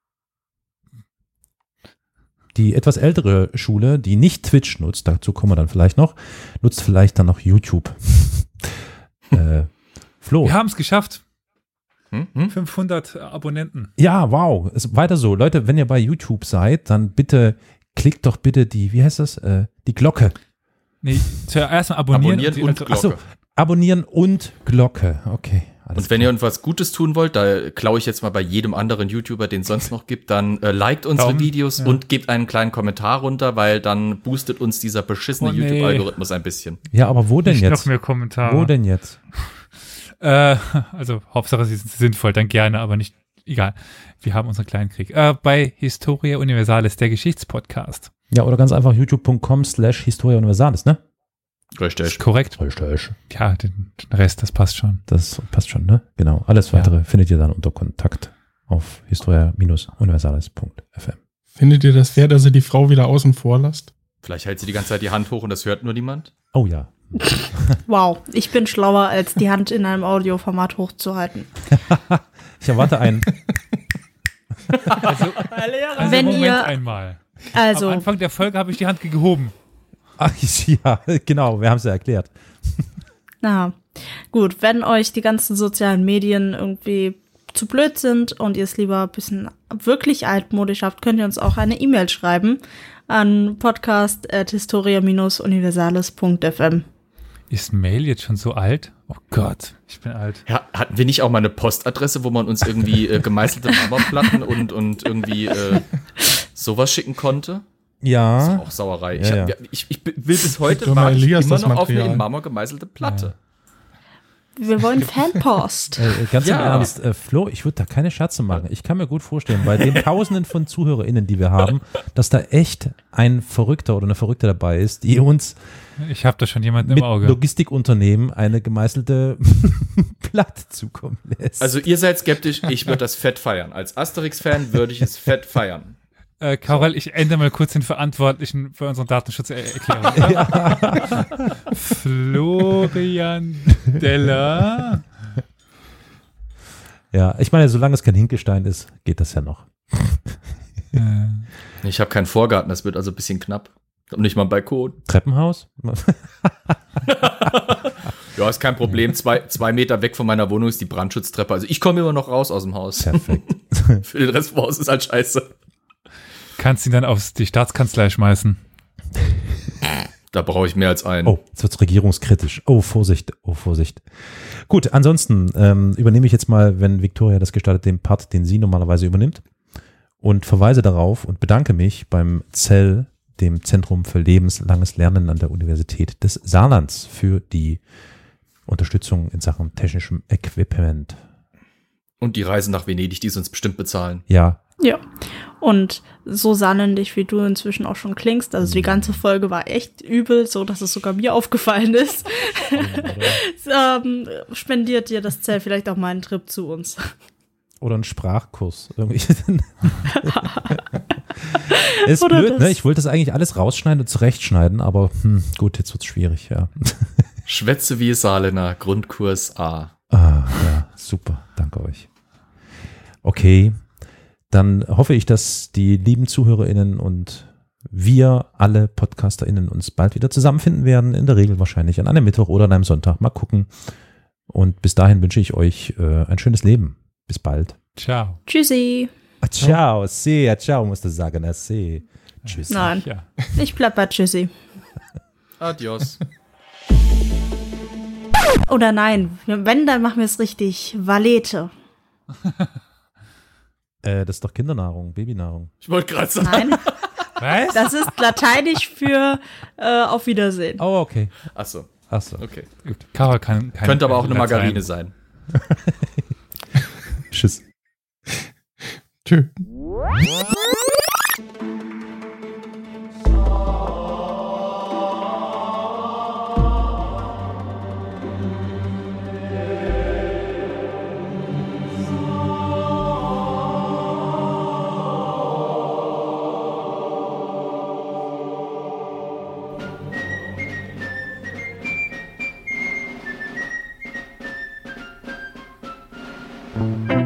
Die etwas ältere Schule, die nicht Twitch nutzt, dazu kommen wir dann vielleicht noch, nutzt vielleicht dann noch YouTube. Flo. Wir haben es geschafft. 500 Abonnenten. Ja, wow. Ist weiter so. Leute, wenn ihr bei YouTube seid, dann bitte klickt doch bitte die Glocke. Nee, zuerst mal abonnieren und Glocke. Achso, abonnieren und Glocke. Okay. Und wenn ihr uns was Gutes tun wollt, da klaue ich jetzt mal bei jedem anderen YouTuber, den es sonst noch gibt, dann liked unsere Videos und gebt einen kleinen Kommentar runter, weil dann boostet uns dieser beschissene YouTube-Algorithmus ein bisschen. Ja, aber wo denn jetzt? Noch mehr Kommentare. Wo denn jetzt? Also Hauptsache, sie sind sinnvoll, dann gerne, aber nicht, egal. Wir haben unseren kleinen Krieg. Bei Historia Universalis, der Geschichtspodcast. Ja, oder ganz einfach youtube.com/Historia Universalis, ne? Richtig. Ist korrekt. Richtig. Ja, den Rest, das passt schon. Das passt schon, ne? Genau. Alles weitere findet ihr dann unter Kontakt auf historia-universalis.fm. Findet ihr das fair, dass ihr die Frau wieder außen vor lasst? Vielleicht hält sie die ganze Zeit die Hand hoch und das hört nur niemand. Oh ja. Wow, ich bin schlauer, als die Hand in einem Audioformat hochzuhalten. Ich erwarte einen. Also Wenn Moment ihr- einmal. Also, Am Anfang der Folge habe ich die Hand gehoben. Ach ja, genau, wir haben es ja erklärt. na gut, wenn euch die ganzen sozialen Medien irgendwie zu blöd sind und ihr es lieber ein bisschen wirklich altmodisch habt, könnt ihr uns auch eine E-Mail schreiben an podcast@historia-universalis.fm. Ist Mail jetzt schon so alt? Oh Gott, ich bin alt. Ja, hatten wir nicht auch mal eine Postadresse, wo man uns irgendwie gemeißelte Marmorplatten und irgendwie sowas schicken konnte? Ja. Das ist auch Sauerei. Ja, ja. Ich will bis heute Doch mal warte ich Elias immer das noch auf eine Material. in Marmor gemeißelte Platte. Wir wollen Fanpost. Ganz im Ja. Ernst, Flo, ich würde da keine Scherze machen. Ich kann mir gut vorstellen, bei den Tausenden von ZuhörerInnen, die wir haben, dass da echt ein Verrückter oder eine Verrückte dabei ist, die uns Ich habe da schon jemanden mit im Auge. Logistikunternehmen eine gemeißelte Platte zukommen lässt. Also ihr seid skeptisch, ich würde das fett feiern. Als Asterix-Fan würde ich es fett feiern. Karol, ich ändere mal kurz den Verantwortlichen für unsere Datenschutzerklärung. Florian Della. Ja, ich meine, solange es kein Hinkelstein ist, geht das ja noch. Ich habe keinen Vorgarten, das wird also ein bisschen knapp. Ich habe nicht mal einen Balkon. Treppenhaus? Ja, ist kein Problem. 2 Meter weg von meiner Wohnung ist die Brandschutztreppe. Also ich komme immer noch raus aus dem Haus. Perfekt. Für den Rest vom Haus ist halt scheiße. Kannst ihn dann auf die Staatskanzlei schmeißen. Da brauche ich mehr als einen. Oh, jetzt wird's regierungskritisch. Oh, Vorsicht, oh, Vorsicht. Gut, ansonsten übernehme ich jetzt mal, wenn Victoria das gestaltet, den Part, den sie normalerweise übernimmt und verweise darauf und bedanke mich beim ZEL, dem Zentrum für lebenslanges Lernen an der Universität des Saarlands, für die Unterstützung in Sachen technischem Equipment. Und die Reisen nach Venedig, die sie uns bestimmt bezahlen. Ja, Ja. Und so saarländisch, wie du inzwischen auch schon klingst, also die ganze Folge war echt übel, so dass es sogar mir aufgefallen ist. Spendiert dir das Zelt vielleicht auch mal einen Trip zu uns. oder ein Sprachkurs. Irgendwie. Ist Oder blöd, das. ne? Ich wollte das eigentlich alles rausschneiden und zurechtschneiden, aber gut, jetzt wird's schwierig, ja. Schwätze wie Saarländer, Grundkurs A. Ja, super, danke euch. Okay, dann hoffe ich, dass die lieben ZuhörerInnen und wir alle PodcasterInnen uns bald wieder zusammenfinden werden, in der Regel wahrscheinlich an einem Mittwoch oder an einem Sonntag. Mal gucken. Und bis dahin wünsche ich euch ein schönes Leben. Bis bald. Ciao. Tschüssi. Ciao, ciao, musst du sagen. Tschüss. Nein, Ja. ich bleib bei Tschüssi. Adios. Oder nein, wenn, dann machen wir es richtig. Valete. Das ist doch Kindernahrung, Babynahrung. Ich wollte gerade sagen. Nein, Was? das ist lateinisch für auf Wiedersehen. Oh, okay. Achso, Achso. okay. Gut. Karol kann Könnte aber auch eine Margarine sein. Tschüss. Tschö. Thank